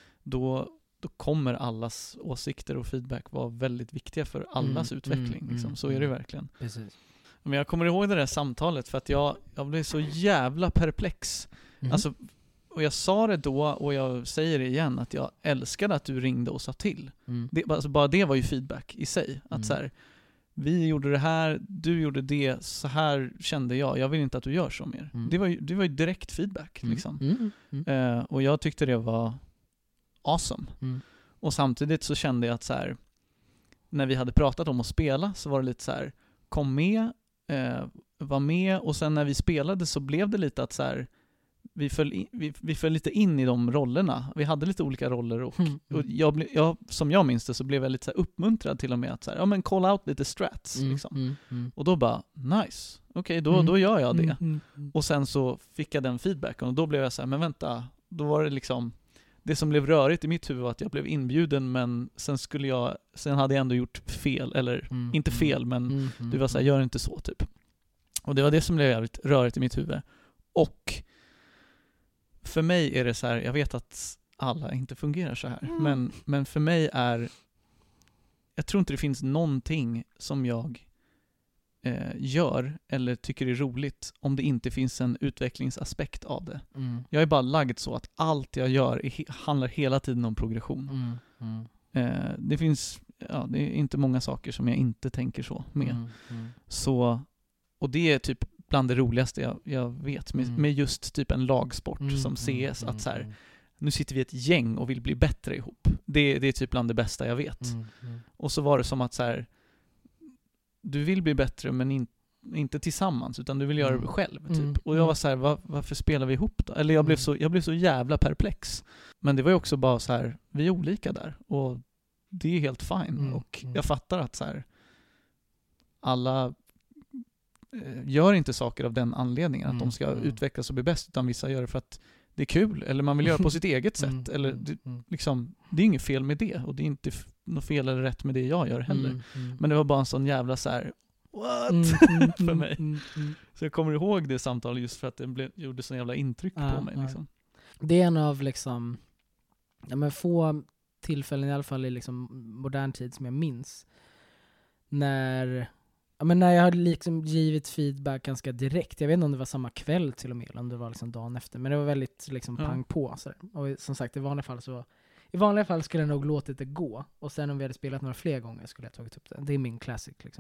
då, då kommer allas åsikter och feedback vara väldigt viktiga för allas Mm, utveckling. mm, liksom. mm, Så är det mm. verkligen. Precis. Men jag kommer ihåg det där samtalet för att jag, jag blev så jävla perplex. Mhm. Alltså, och jag sa det då och jag säger det igen, att jag älskade att du ringde och sa till. Mm. Det, alltså bara det var ju feedback i sig. Att Mm. så här, vi gjorde det här, du gjorde det, så här kände jag. Jag vill inte att du gör så mer. Mm. Det var ju, det var ju direkt feedback. Mm. Liksom. Mm. Mm. Eh, och jag tyckte det var awesome. Mm. Och samtidigt så kände jag att så här, när vi hade pratat om att spela så var det lite så här, kom med, eh, var med, och sen när vi spelade så blev det lite att så här, vi föll, in, vi, vi föll lite in i de rollerna. Vi hade lite olika roller och, Mm. och jag, ble, jag, som jag minns det så blev jag lite så här uppmuntrad till och med att så här, ja men call out lite strats Mm. liksom. Mm. Mm. Och då bara, nice, okej okay, då, Mm. då gör jag det. Mm. Mm. Mm. Och sen så fick jag den feedbacken och då blev jag så här, men vänta, då var det liksom, det som blev rörigt i mitt huvud var att jag blev inbjuden, men sen skulle jag, sen hade jag ändå gjort fel, eller Mm. inte fel, men Mm. Mm. du var så här, gör inte så typ. Och det var det som blev jävligt rörigt i mitt huvud. Och för mig är det så här, jag vet att alla inte fungerar så här, Mm. men, men för mig är, jag tror inte det finns någonting som jag eh, gör eller tycker är roligt om det inte finns en utvecklingsaspekt av det. Mm. Jag är bara lagd så att allt jag gör är, he- handlar hela tiden om progression. Mm. Mm. Eh, det finns, ja, det är inte många saker som jag inte tänker så med. Mm. Mm. Så, och det är typ bland det roligaste jag, jag vet med, Mm. med just typ en lagsport Mm. som C S, Mm. att så här, Mm. nu sitter vi ett gäng och vill bli bättre ihop. Det, det är typ bland det bästa jag vet. Mm. Mm. Och så var det som att så här, du vill bli bättre men in, inte tillsammans, utan du vill göra det Mm. själv typ. Mm. Och jag var så här, var, varför spelar vi ihop då? Eller jag blev, Mm. så, jag blev så jävla perplex. Men det var ju också bara så här, vi är olika där och det är helt fine. Mm. Och Mm. jag fattar att så här, alla eh, gör inte saker av den anledningen, att Mm. de ska Mm. utvecklas och bli bäst, utan vissa gör det för att det är kul, eller man vill göra på sitt eget sätt. Mm. Eller Mm. det, Mm. liksom, det är inget fel med det, och det är inte f- något fel eller rätt med det jag gör heller. Mm. Mm. Men det var bara en sån jävla så här, what? Mm. Mm. för mig. Mm. Mm. Så jag kommer ihåg det samtalet just för att det blev, gjorde sån jävla intryck Ja, på mig. ja. Liksom. Det är en av liksom, ja, men få tillfällen, i alla fall i liksom modern tid, som jag minns när, ja, men när jag hade liksom givit feedback ganska direkt. Jag vet inte om det var samma kväll till och med, eller om det var liksom dagen efter, men det var väldigt liksom Ja. pang på sådär. Och som sagt, i vanliga fall så i vanliga fall skulle jag nog låtit det gå, och sen om vi hade spelat några fler gånger skulle jag tagit upp det. Det är min classic liksom.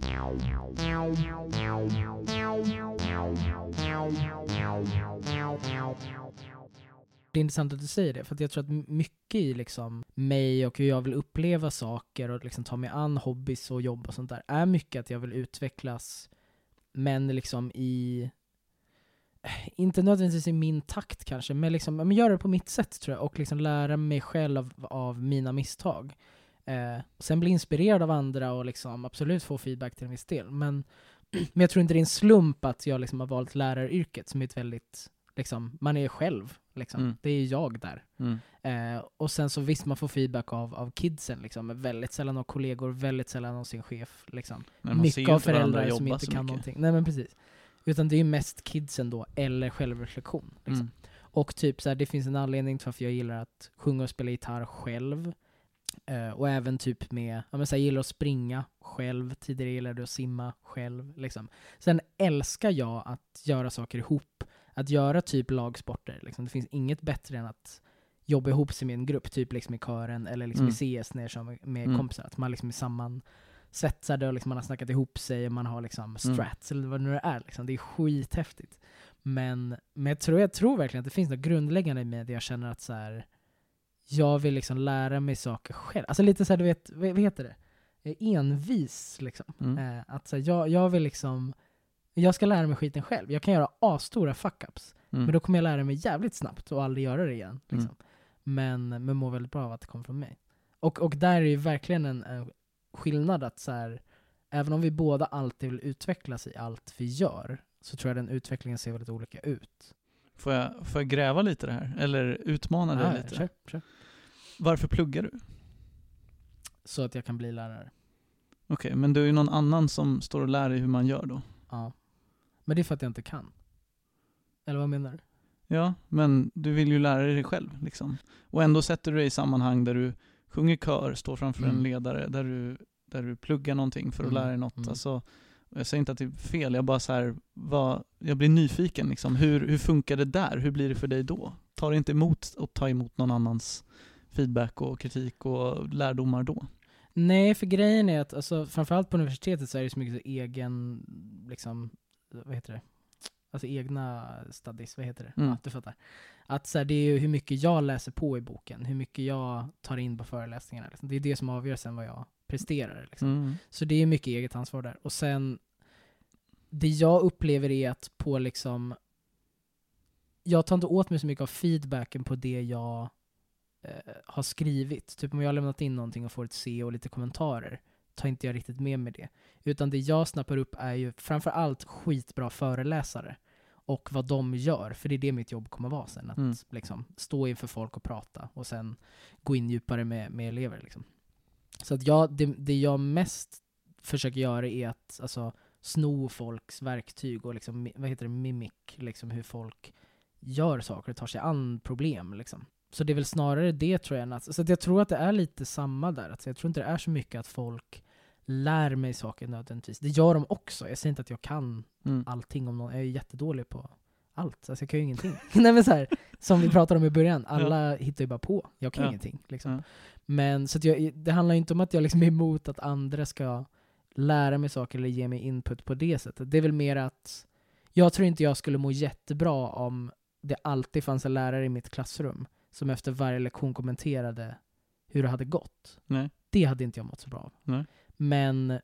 Det är intressant att du säger det, för att jag tror att mycket i liksom mig och hur jag vill uppleva saker och liksom ta mig an hobbys och jobb och sånt där är mycket att jag vill utvecklas, men liksom i, inte nödvändigtvis i min takt kanske, men liksom men göra det på mitt sätt tror jag, och liksom lära mig själv av, av mina misstag. Eh, sen bli inspirerad av andra och liksom absolut få feedback till en viss del, men Men jag tror inte det är en slump att jag liksom har valt läraryrket som är ett väldigt, liksom, man är själv. Liksom. Mm. Det är jag där. Mm. Eh, och sen så visst, man får feedback av, av kidsen, liksom, men väldigt sällan av kollegor, väldigt sällan av sin chef. Liksom. Men man ser Mycket ju av inte varandra föräldrar som jobba inte så kan mycket. någonting. Nej men precis. Utan det är ju mest kidsen då, eller självreflektion. Liksom. Mm. Och typ så här, det finns en anledning till varför jag gillar att sjunga och spela gitarr själv. Uh, och även typ med, ja men så här, gillar att springa själv. Tidigare gillade jag att simma själv. Liksom. Sen älskar jag att göra saker ihop. Att göra typ lagsporter. Liksom. Det finns inget bättre än att jobba ihop sig med en grupp. Typ liksom i kören eller liksom Mm. i C S när jag kör med, med Mm. kompisar. Att man liksom är sammansvetsade och liksom man har snackat ihop sig och man har liksom strats mm. eller vad det nu är. Liksom. Det är skithäftigt. Men, men jag, tror, jag tror verkligen att det finns något grundläggande i mig där jag känner att så här, jag vill liksom lära mig saker själv. Alltså lite så här, du vet, vad, vad heter det? Envis liksom. Mm. Eh, att så här, jag, jag vill liksom, jag ska lära mig skiten själv. Jag kan göra asstora fuck-ups. Mm. Men då kommer jag lära mig jävligt snabbt och aldrig göra det igen. Liksom. Mm. Men, men mår väldigt bra av att det kommer från mig. Och, och där är ju verkligen en, en skillnad att så här, även om vi båda alltid vill utvecklas i allt vi gör, så tror jag den utvecklingen ser väldigt olika ut. Får jag, får jag gräva lite det här? Eller utmana dig Ja, lite? kör, kör. Varför pluggar du? Så att jag kan bli lärare. Okej, okay, men du är ju någon annan som står och lär dig hur man gör då? Ja. Men det är för att jag inte kan. Eller vad menar du? Ja, men du vill ju lära dig själv liksom. Och ändå sätter du dig i sammanhang där du sjunger kör, står framför mm. en ledare, där du, där du pluggar någonting för att mm. lära dig något. Mm. Alltså, jag säger inte att det är fel, jag bara så här, vad, jag blir nyfiken liksom. Hur, hur funkar det där? Hur blir det för dig då? Tar det inte emot att ta emot någon annans feedback och kritik och lärdomar då? Nej, för grejen är att alltså, framförallt på universitetet så är det så mycket så egen, liksom, vad heter det? Alltså egna studies, vad heter det? Mm. Ja, du fattar. Att så här, det är ju hur mycket jag läser på i boken, hur mycket jag tar in på föreläsningarna. Liksom. Det är det som avgör sen vad jag presterar. Liksom. Mm. Så det är mycket eget ansvar där. Och sen, det jag upplever är att på liksom, jag tar inte åt mig så mycket av feedbacken på det jag eh, har skrivit. Typ om jag har lämnat in någonting och får ett C och lite kommentarer, tar inte jag riktigt med mig det. Utan det jag snappar upp är ju framförallt skitbra föreläsare och vad de gör. För det är det mitt jobb kommer vara sen. Att mm. liksom, stå inför folk och prata och sen gå in djupare med, med elever. Liksom. Så att jag, det, det jag mest försöker göra är att alltså, sno folks verktyg och liksom, vad heter det, mimik, liksom hur folk gör saker och tar sig an problem. Liksom. Så det är väl snarare det tror jag. Så att jag tror att det är lite samma där. Alltså jag tror inte det är så mycket att folk lär mig saker nödvändigtvis. Det gör de också. Jag säger inte att jag kan mm. allting om någon. Jag är jättedålig på allt. Alltså jag kan ju ingenting. Nej, men så här, som vi pratade om i början. Alla ja. hittar ju bara på. Jag kan ja. ingenting. Liksom. Ja. Men så att jag, det handlar ju inte om att jag liksom är emot att andra ska lära mig saker eller ge mig input på det sättet. Det är väl mer att jag tror inte jag skulle må jättebra om det alltid fanns en lärare i mitt klassrum som efter varje lektion kommenterade hur det hade gått. Nej. Det hade inte jag mått så bra av. Nej. Men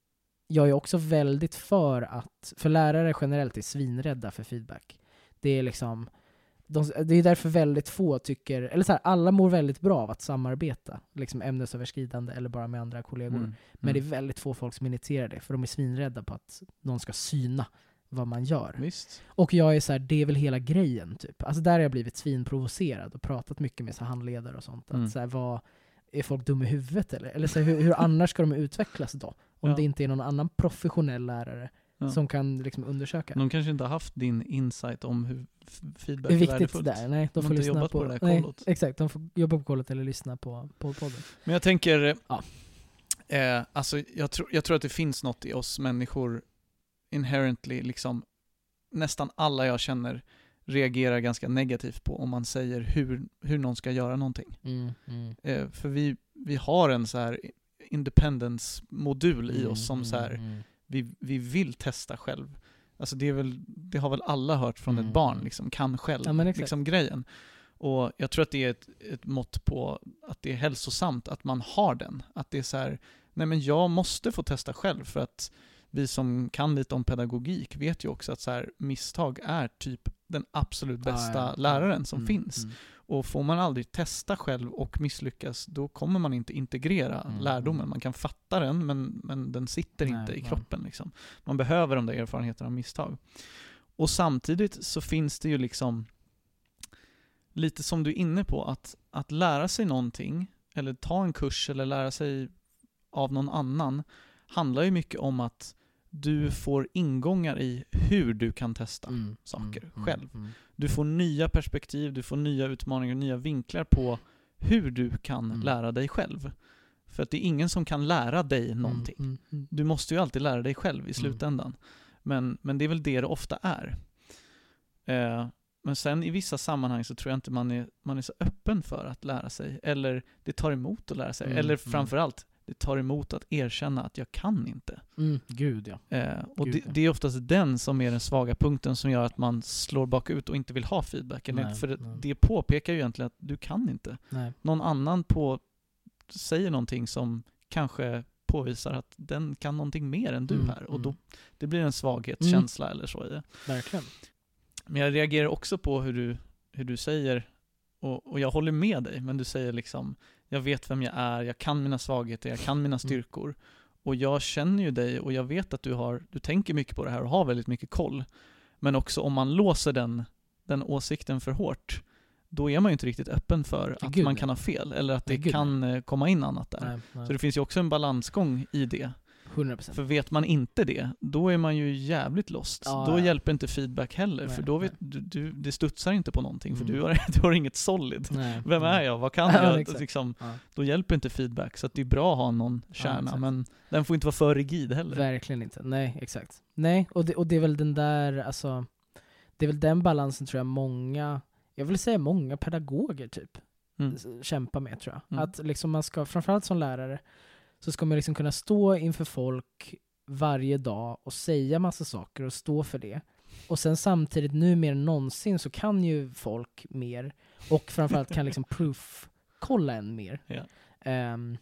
jag är också väldigt för att, för lärare generellt är svinrädda för feedback. Det är liksom, de, det är därför väldigt få tycker, eller så här, alla mår väldigt bra av att samarbeta, liksom ämnesöverskridande eller bara med andra kollegor. Mm. Men mm. det är väldigt få folk som initierar det, för de är svinrädda på att någon ska syna vad man gör. Visst. Och jag är så här, det är väl hela grejen typ. Alltså där har jag blivit svinprovocerad och pratat mycket med så handledare och sånt. Mm. Att så här, vad, är folk dum i huvudet eller? Eller så här, hur, hur annars ska de utvecklas då? Om ja. det inte är någon annan professionell lärare ja. som kan liksom undersöka. De kanske inte har haft din insight om hur feedback det är är viktigt värdefullt. Där. Nej, de de får inte lyssna jobbat på, på det där nej, kollot. exakt, de får jobba på kollet eller lyssna på, på podden. Men jag tänker, ja. eh, alltså jag, tro, jag tror att det finns något i oss människor inherently, liksom nästan alla jag känner reagerar ganska negativt på om man säger hur, hur någon ska göra någonting. Mm, mm. Eh, för vi, vi har en så här independence-modul mm, i oss som mm, så här, mm. vi, vi vill testa själv. Alltså det är väl, det har väl alla hört från mm. ett barn, liksom, kan själv, ja, liksom grejen. Och jag tror att det är ett, ett mått på att det är hälsosamt att man har den. Att det är så här, nej men jag måste få testa själv, för att vi som kan lite om pedagogik vet ju också att så här, misstag är typ den absolut bästa ah, ja. läraren som mm, finns. Mm. Och får man aldrig testa själv och misslyckas, då kommer man inte integrera Mm. lärdomen. Man kan fatta den, men, men den sitter Nej, inte i nej. kroppen. Liksom. Man behöver de där erfarenheterna av misstag. Och samtidigt så finns det ju liksom lite som du är inne på, att, att lära sig någonting, eller ta en kurs eller lära sig av någon annan, handlar ju mycket om att du får ingångar i hur du kan testa Mm, saker mm, själv. Mm, Du får nya perspektiv, du får nya utmaningar, nya vinklar på hur du kan Mm. lära dig själv. För att det är ingen som kan lära dig någonting. Mm, mm, Du måste ju alltid lära dig själv i slutändan. Men, men det är väl det det ofta är. Eh, men sen i vissa sammanhang så tror jag inte man är, man är så öppen för att lära sig. Eller det tar emot att lära sig. Mm, Eller mm. framförallt, det tar emot att erkänna att jag kan inte. mm. Gud ja. Eh, och Gud, det, ja. det är oftast den som är den svaga punkten som gör att man slår bakut och inte vill ha feedback. Eller, Nej, för det, nej. det påpekar ju egentligen att du kan inte. Nej. Någon annan på säger någonting som kanske påvisar att den kan någonting mer än du Mm, här. Och mm. då, det blir en svaghetskänsla eller så i det. Verkligen. Men jag reagerar också på hur du, hur du säger, och, och jag håller med dig, men du säger liksom, jag vet vem jag är, jag kan mina svagheter, jag kan mina styrkor. Och jag känner ju dig och jag vet att du har, du tänker mycket på det här och har väldigt mycket koll. Men också om man låser den, den åsikten för hårt, då är man ju inte riktigt öppen för att Gud, man nej. kan ha fel, eller att det Nej, gud, kan eh, komma in annat där. Nej, nej. Så det finns ju också en balansgång i det. hundra procent. För vet man inte det, då är man ju jävligt lost. Ja, då ja. hjälper inte feedback heller, Nej, för då vet nej. du, du, det studsar inte på någonting, för Mm. du, har, du har inget solid. Nej. Vem är jag? Vad kan Ja, jag? exakt. Liksom, Ja. då hjälper inte feedback, så att det är bra att ha någon Ja, kärna, exakt. men den får inte vara för rigid heller. Verkligen inte. Nej, exakt. Nej, och det, och det är väl den där, alltså, det är väl den balansen tror jag många, jag vill säga många pedagoger typ, Mm. s- kämpar med tror jag. Mm. Att liksom man ska, framförallt som lärare, så ska man liksom kunna stå inför folk varje dag och säga massa saker och stå för det. Och sen samtidigt, nu mer än någonsin, så kan ju folk mer, och framförallt kan liksom proof-kolla en mer. Ja. Ehm,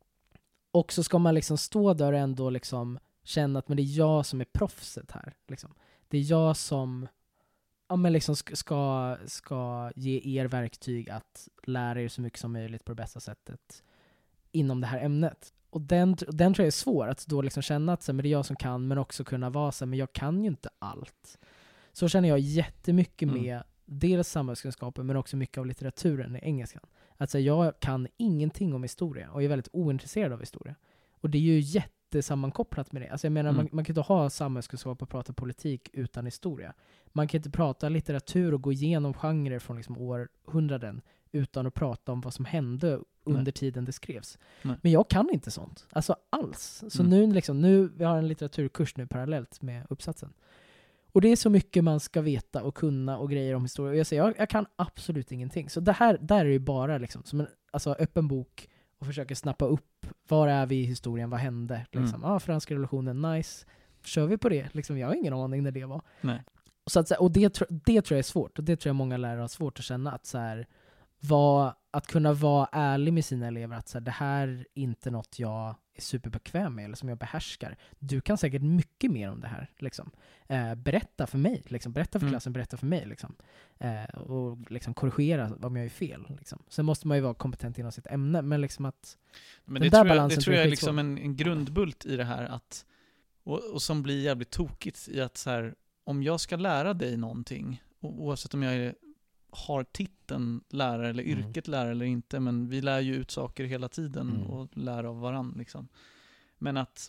och så ska man liksom stå där och ändå liksom känna att men det är jag som är proffset här. Liksom. Det är jag som ja, men liksom ska, ska, ska ge er verktyg att lära er så mycket som möjligt på det bästa sättet inom det här ämnet. Och den, den tror jag är svår, att då liksom känna att så, men det är jag som kan, men också kunna vara så, men jag kan ju inte allt. Så känner jag jättemycket Mm. med dels samhällskunskapen, men också mycket av litteraturen i engelskan. Att så, jag kan ingenting om historia och är väldigt ointresserad av historia. Och det är ju jättesammankopplat med det. Alltså jag menar, Mm. man, man kan inte ha samhällskunskap och prata politik utan historia. Man kan inte prata litteratur och gå igenom genrer från liksom århundraden utan att prata om vad som hände under Nej. tiden det skrevs. Nej. Men jag kan inte sånt. Alltså alls. Så Mm. nu liksom, nu, vi har en litteraturkurs nu parallellt med uppsatsen. Och det är så mycket man ska veta och kunna och grejer om historia. Och jag säger, jag, jag kan absolut ingenting. Så det här, där är det ju bara liksom, som en alltså, öppen bok och försöker snappa upp, var är vi i historien, vad hände? Liksom. Mm. Ah, franska revolutionen, nice. Kör vi på det? Liksom, jag har ingen aning när det var. Nej. Så att, och det, tro- det tror jag är svårt. Och det tror jag många lärare har svårt att känna. Att, så här, vad, att kunna vara ärlig med sina elever. Att så här, det här är inte något jag är superbekväm med eller som jag behärskar. Du kan säkert mycket mer om det här. Liksom. Eh, berätta för mig. Liksom. Berätta för Mm. klassen, berätta för mig. Liksom. Eh, och liksom korrigera om jag är fel. Liksom. Sen måste man ju vara kompetent inom sitt ämne. Men liksom att Men Den det där tror jag, balansen det tror tror jag jag är är liksom skitsvår. en, en grundbult i det här, att, och, och som blir jävligt tokigt i att så här, om jag ska lära dig någonting, o- oavsett om jag är, har titeln lärare eller Mm. yrket lärare eller inte, men vi lär ju ut saker hela tiden Mm. och lär av varandra liksom. Men att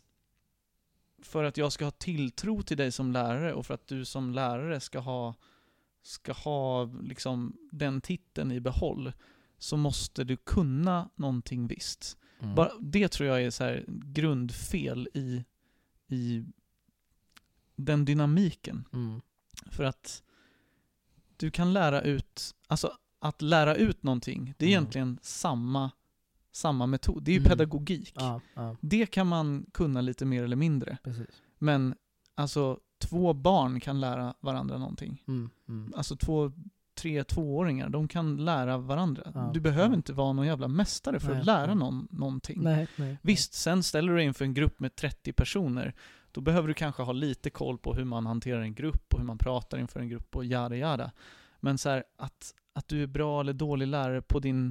för att jag ska ha tilltro till dig som lärare och för att du som lärare ska ha ska ha liksom den titeln i behåll, så måste du kunna någonting visst. mm. Bara, det tror jag är så här grundfel i, i den dynamiken. Mm. För att du kan lära ut, alltså att lära ut någonting, det är Mm. egentligen samma, samma metod. Det är ju Mm. pedagogik. Ja, ja, Det kan man kunna lite mer eller mindre. precis. Men alltså två barn kan lära varandra någonting. Mm. Mm. Alltså två, tre tvååringar, de kan lära varandra. Ja, Du behöver ja. inte vara någon jävla mästare för Nej, att lära nej. någon någonting. Nej, nej. Visst, sen ställer du dig inför en grupp med trettio personer. Då behöver du kanske ha lite koll på hur man hanterar en grupp och hur man pratar inför en grupp och jada jada. Men så här, att, att du är bra eller dålig lärare på din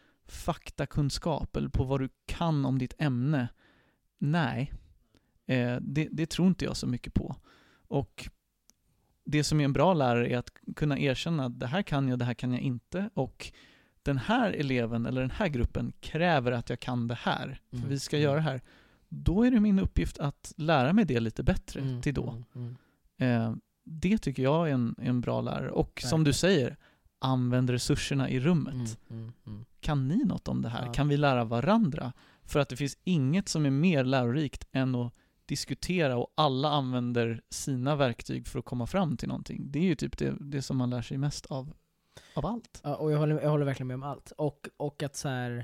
faktakunskap eller på vad du kan om ditt ämne. Nej, eh, det, det tror inte jag så mycket på. Och det som är en bra lärare är att kunna erkänna att det här kan jag, det här kan jag inte. Och den här eleven eller den här gruppen kräver att jag kan det här. För Mm. vi ska göra det här. Då är det min uppgift att lära mig det lite bättre Mm, till då. mm, mm. Eh, det tycker jag är en, en bra lärare. Och Verkligen. som du säger, använd resurserna i rummet. Mm, mm, mm. Kan ni något om det här? Ja. Kan vi lära varandra? För att det finns inget som är mer lärorikt än att diskutera och alla använder sina verktyg för att komma fram till någonting. Det är ju typ det, det som man lär sig mest av, av allt. Ja, och jag håller, jag håller verkligen med om allt. Och, och att så här,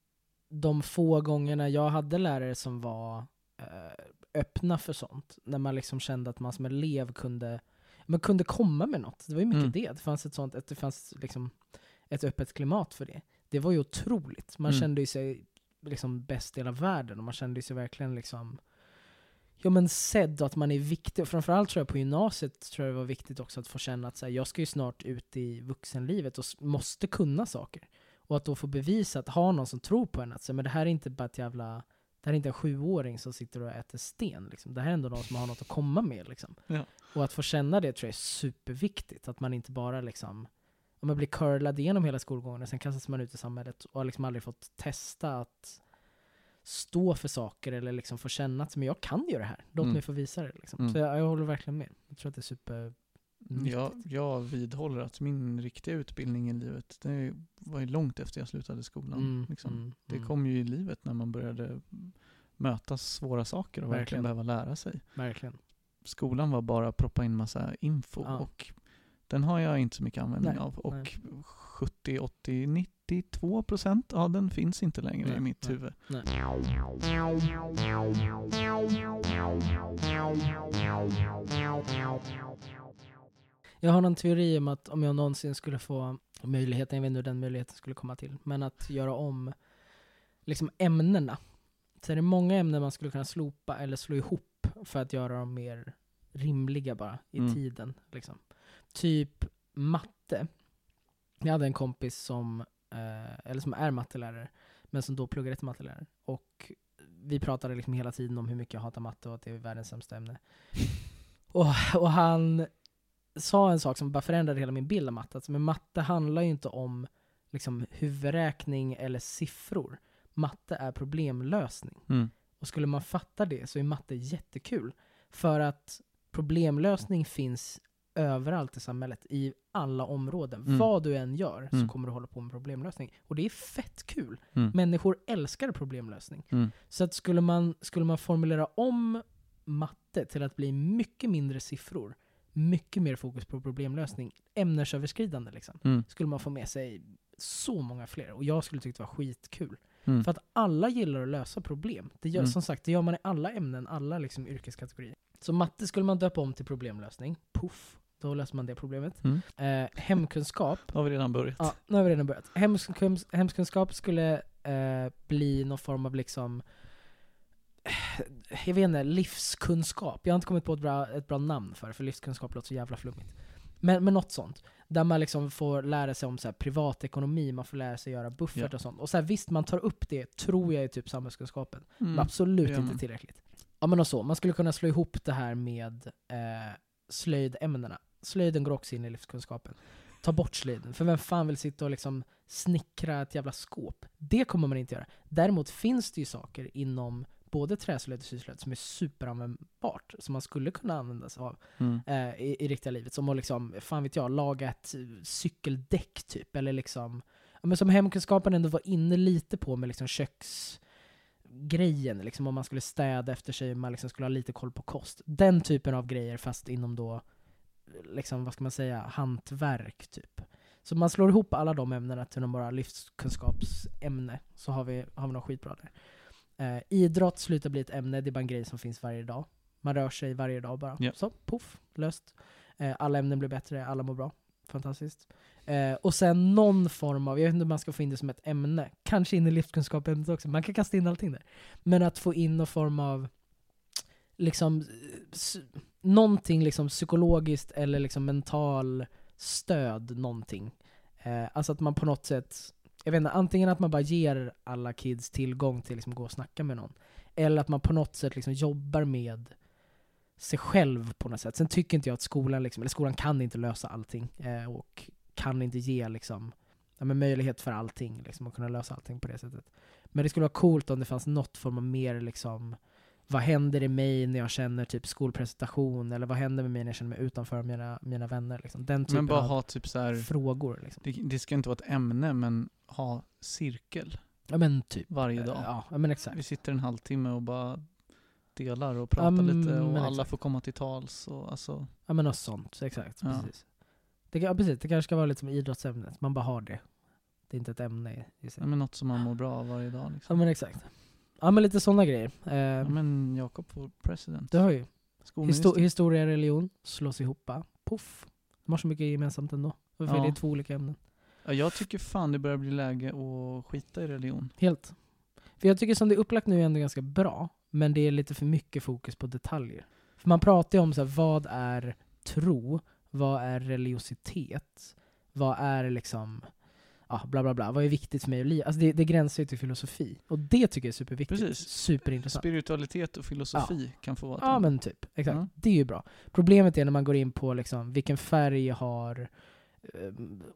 de få gångerna jag hade lärare som var eh, öppna för sånt, när man liksom kände att man som elev kunde, man kunde komma med något. Det var ju mycket Mm. det. Det fanns ett sånt, ett, det fanns liksom ett öppet klimat för det. Det var ju otroligt. Man Mm. kände ju sig liksom bäst i hela världen och man kände ju sig verkligen liksom ja men sedd och att man är viktig. Och framförallt tror jag på gymnasiet tror jag det var viktigt också att få känna att så här, jag ska ju snart ut i vuxenlivet och s- måste kunna saker. Och att då få bevisa att ha någon som tror på en att så här, men det här är inte bara ett jävla, det här är inte en sjuåring som sitter och äter sten liksom. Det här är ändå någon som har något att komma med liksom. Ja. Och att få känna det tror jag är superviktigt. Att man inte bara liksom, om man blir curlad igenom hela skolgången och sen kastas man ut i samhället och har liksom aldrig fått testa att stå för saker eller liksom få känna att men jag kan ju det här. Låt Mm. mig få visa det. Liksom. Mm. Så jag, jag håller verkligen med. Jag tror att det är super Jag, jag vidhåller att min riktiga utbildning i livet, det var ju långt efter jag slutade skolan. Mm, liksom. mm, Det mm. kom ju i livet när man började möta svåra saker och verkligen, Verkligen. behöva lära sig. Verkligen. Skolan var bara att proppa in massa info Ja. och den har jag inte så mycket användning Nej, av. Och nej. sjuttio, åttio, nittiotvå procent av den finns inte längre Nej, i mitt nej. huvud. Nej. Jag har någon teori om att om jag någonsin skulle få möjligheten, jag vet inte hur den möjligheten skulle komma till, men att göra om liksom ämnena. Så är det många ämnen man skulle kunna slopa eller slå ihop för att göra dem mer rimliga bara i Mm. tiden. Liksom. Typ matte. Jag hade en kompis som, eh, eller som är mattelärare, men som då pluggade till mattelärare. Och vi pratade liksom hela tiden om hur mycket jag hatar matte och att det är världens sämsta ämne. och, och han sa en sak som bara förändrade hela min bild av matte. Alltså, men matte handlar ju inte om liksom, huvudräkning eller siffror. Matte är problemlösning. Mm. Och skulle man fatta det så är matte jättekul. För att problemlösning finns överallt i samhället, i alla områden. Mm. Vad du än gör Mm. så kommer du hålla på med problemlösning. Och det är fett kul. Mm. Människor älskar problemlösning. Mm. Så att skulle man, skulle man formulera om matte till att bli mycket mindre siffror, mycket mer fokus på problemlösning, ämnesöverskridande liksom, Mm. skulle man få med sig så många fler. Och jag skulle tycka det var skitkul. Mm. För att alla gillar att lösa problem. Det gör, Mm. Som sagt, det gör man i alla ämnen, alla liksom yrkeskategorier. Så matte skulle man döpa om till problemlösning. Puff, då löser man det problemet. Mm. Eh, hemkunskap. Då har vi redan börjat. Ja, nu har vi redan börjat. Hemskunskap, hemskunskap skulle eh, bli någon form av liksom eh, jag vet inte, livskunskap. Jag har inte kommit på ett bra, ett bra namn för det, för livskunskap låter så jävla flummigt. Men, men något sånt. Där man liksom får lära sig om så här privatekonomi, man får lära sig göra buffert Ja. och sånt. Och så här, visst, man tar upp det, tror jag, i typ samhällskunskapen. Mm. Men absolut det gör inte man. tillräckligt. Ja, men och så. Man skulle kunna slå ihop det här med eh, slöjdämnena. Slöjden går också in i livskunskapen. Ta bort slöjden. För vem fan vill sitta och liksom snickra ett jävla skåp? Det kommer man inte göra. Däremot finns det ju saker inom både träslöjd och syslöjd som är superanvändbart. Som man skulle kunna använda sig av Mm. eh, i, i riktiga livet. Som att liksom, fan vet jag, laga ett cykeldäck typ. Eller liksom, ja, men som hemkunskapen ändå var inne lite på med liksom köksgrejen. Liksom om man skulle städa efter sig, man liksom skulle ha lite koll på kost. Den typen av grejer, fast inom då liksom, vad ska man säga, hantverk typ. Så man slår ihop alla de ämnena till någon bara livskunskapsämne, så har vi, har vi något skitbra där. Eh, idrott slutar bli ett ämne, det är bara en grej som finns varje dag. Man rör sig varje dag bara. Ja. Så, poff, löst. Eh, alla ämnen blir bättre, alla mår bra. Fantastiskt. Eh, och sen någon form av, jag vet inte om man ska få in det som ett ämne, kanske in i livskunskapsämnet också, man kan kasta in allting där. Men att få in någon form av liksom s- någonting liksom psykologiskt eller liksom mental stöd, någonting. Eh, alltså att man på något sätt, jag vet inte, antingen att man bara ger alla kids tillgång till liksom gå och snacka med någon, eller att man på något sätt liksom jobbar med sig själv på något sätt. Sen tycker inte jag att skolan, liksom, eller skolan kan inte lösa allting eh, och kan inte ge liksom, ja, men möjlighet för allting, liksom, att kunna lösa allting på det sättet. Men det skulle vara coolt om det fanns något form av mer liksom, vad händer i mig när jag känner typ skolpresentation, eller vad händer med mig när jag känner mig utanför mina, mina vänner. Liksom. Den typen Men bara av ha typ så här, frågor. Liksom. det, det ska inte vara ett ämne, men ha cirkel Ja men typ. varje dag. Ja, ja men exakt. Vi sitter en halvtimme och bara delar och pratar Ja, lite och men alla exakt. får komma till tals. Och alltså, Ja men något sånt, exakt. Ja. Precis. Det, ja, precis. Det kanske ska vara lite som idrottsämnet. Man bara har det. Det är inte ett ämne i, i sig. ja, men något som man mår bra av varje dag. Ja Liksom. men exakt. Ja men lite sådana grejer. Eh, Ja, men Jakob får president. du har ju Skolminister. histo- historia och religion slås ihop. Puff. De har så mycket gemensamt ändå. För Ja. det är två olika ämnen. Ja, jag tycker fan det börjar bli läge att skita i religion. Helt. För jag tycker som det är upplagt nu är ändå ganska bra. Men det är lite för mycket fokus på detaljer. För man pratar ju om så här, vad är tro? Vad är religiositet? Vad är liksom, ja, bla bla bla. Vad är viktigt för mig att liva? Alltså det, det gränsar ju till filosofi. Och det tycker jag är superviktigt. Precis. Superintressant. Spiritualitet och filosofi kan få vara ett Ja ämne. men typ, exakt. Ja. Det är ju bra. Problemet är när man går in på liksom, vilken färg har eh,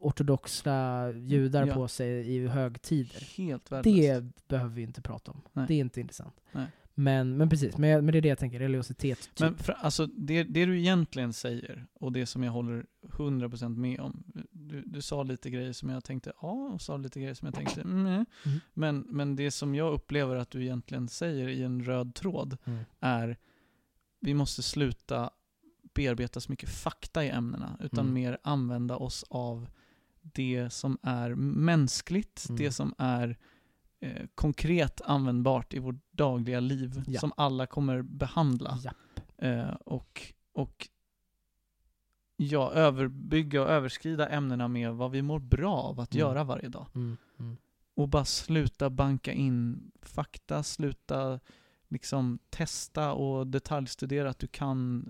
ortodoxa judar Ja. på sig i högtider. Helt värdelöst. Det behöver vi inte prata om. Nej. Det är inte intressant. Nej. Men, men precis, men, jag, men det är det jag tänker, religiositet. Typ. Men för, alltså, det, det du egentligen säger, och det som jag håller hundra procent med om, du, du sa lite grejer som jag tänkte ja, och sa lite grejer som jag tänkte mm. Mm. men, men det som jag upplever att du egentligen säger i en röd tråd Mm. är vi måste sluta bearbeta så mycket fakta i ämnena, utan Mm. mer använda oss av det som är mänskligt, Mm. det som är eh, konkret användbart i vårt dagliga liv, Ja. som alla kommer behandla. Ja. Eh, och, och ja, överbygga och överskrida ämnena med vad vi mår bra av att Mm. göra varje dag. Mm. Mm. Och bara sluta banka in fakta, sluta liksom testa och detaljstudera att du kan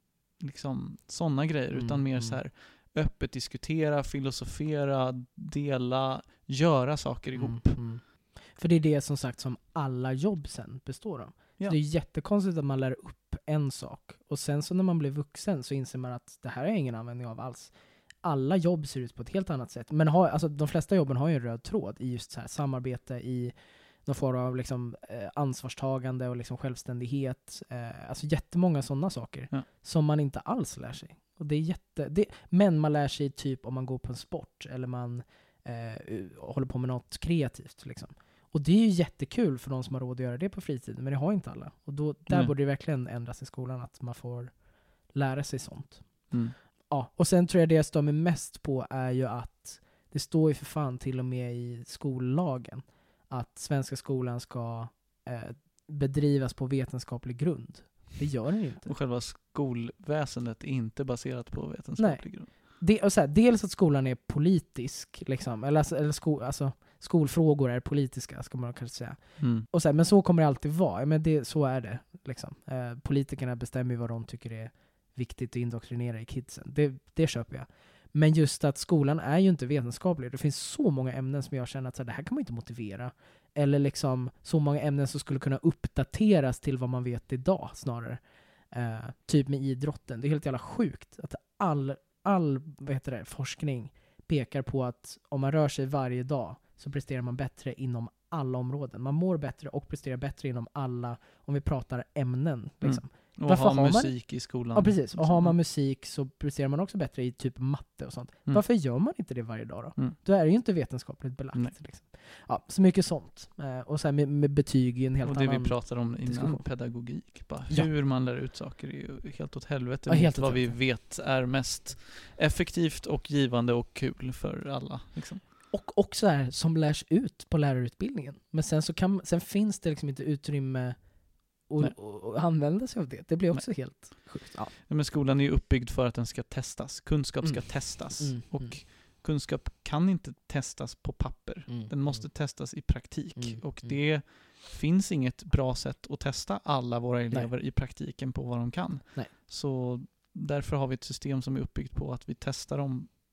liksom sådana grejer, Mm, utan mer mm. så här öppet diskutera, filosofera, dela, göra saker ihop. Mm. Mm. För det är det som sagt som alla jobb sen består av. Ja. Så det är jättekonstigt att man lär upp en sak och sen så när man blir vuxen så inser man att det här är ingen användning av alls. Alla jobb ser ut på ett helt annat sätt. Men har, alltså, de flesta jobben har ju en röd tråd i just så här samarbete, i någon form av liksom, eh, ansvarstagande och liksom självständighet. Eh, alltså jättemånga sådana saker Ja. som man inte alls lär sig. Och det är jätte, det, men man lär sig typ om man går på en sport eller man eh, håller på med något kreativt. Liksom. Och det är ju jättekul för de som har råd att göra det på fritiden, men det har inte alla. Och då, där Nej. borde det verkligen ändras i skolan, att man får lära sig sånt. Mm. Ja, och sen tror jag det jag står mig mest på är ju att det står ju för fan till och med i skollagen att svenska skolan ska eh, bedrivas på vetenskaplig grund. Det gör den ju inte. Och själva skolväsendet är inte baserat på vetenskaplig grund. Det, och så här, dels att skolan är politisk, liksom, eller, alltså, eller sko, alltså, skolfrågor är politiska, ska man kanske säga. Mm. Och så här, men så kommer det alltid vara. Men det, så är det. Liksom. Eh, politikerna bestämmer ju vad de tycker är viktigt att indoktrinera i kidsen. Det, det köper jag. Men just att skolan är ju inte vetenskaplig. Det finns så många ämnen som jag känner att så här, det här kan man inte motivera. Eller liksom så många ämnen som skulle kunna uppdateras till vad man vet idag snarare. Eh, typ med idrotten. Det är helt jävla sjukt att all, all vad heter det, forskning pekar på att om man rör sig varje dag så presterar man bättre inom alla områden. Man mår bättre och presterar bättre inom alla, om vi pratar ämnen. Liksom. Och Varför ha har man- musik i skolan. Ja, precis. Och har Liksom. man musik så presterar man också bättre i typ matte och sånt. Mm. Varför gör man inte det varje dag då? Mm. Då är det ju inte vetenskapligt belagt. Nej. Liksom. Ja, så mycket sånt. Eh, och sen med, med betyg i en helt Och det annan... vi pratade om innan, diskussion. pedagogik. Bara Ja. hur man lär ut saker är ju helt åt helvete Ja, helt mot åt vad vi helvete. vet är mest effektivt och givande och kul för alla. Liksom. Och också här som lärs ut på lärarutbildningen. Men sen, så kan, sen finns det liksom inte utrymme Nej. att och, och använda sig av det. Det blir också helt sjukt. Ja. Ja, men skolan är ju uppbyggd för att den ska testas. Kunskap ska Mm. testas. Mm, Och mm. kunskap kan inte testas på papper. Mm, Den måste mm. testas i praktik. Mm, Och mm. det finns inget bra sätt att testa alla våra elever i praktiken på vad de kan. Nej. Så därför har vi ett system som är uppbyggt på att vi testar dem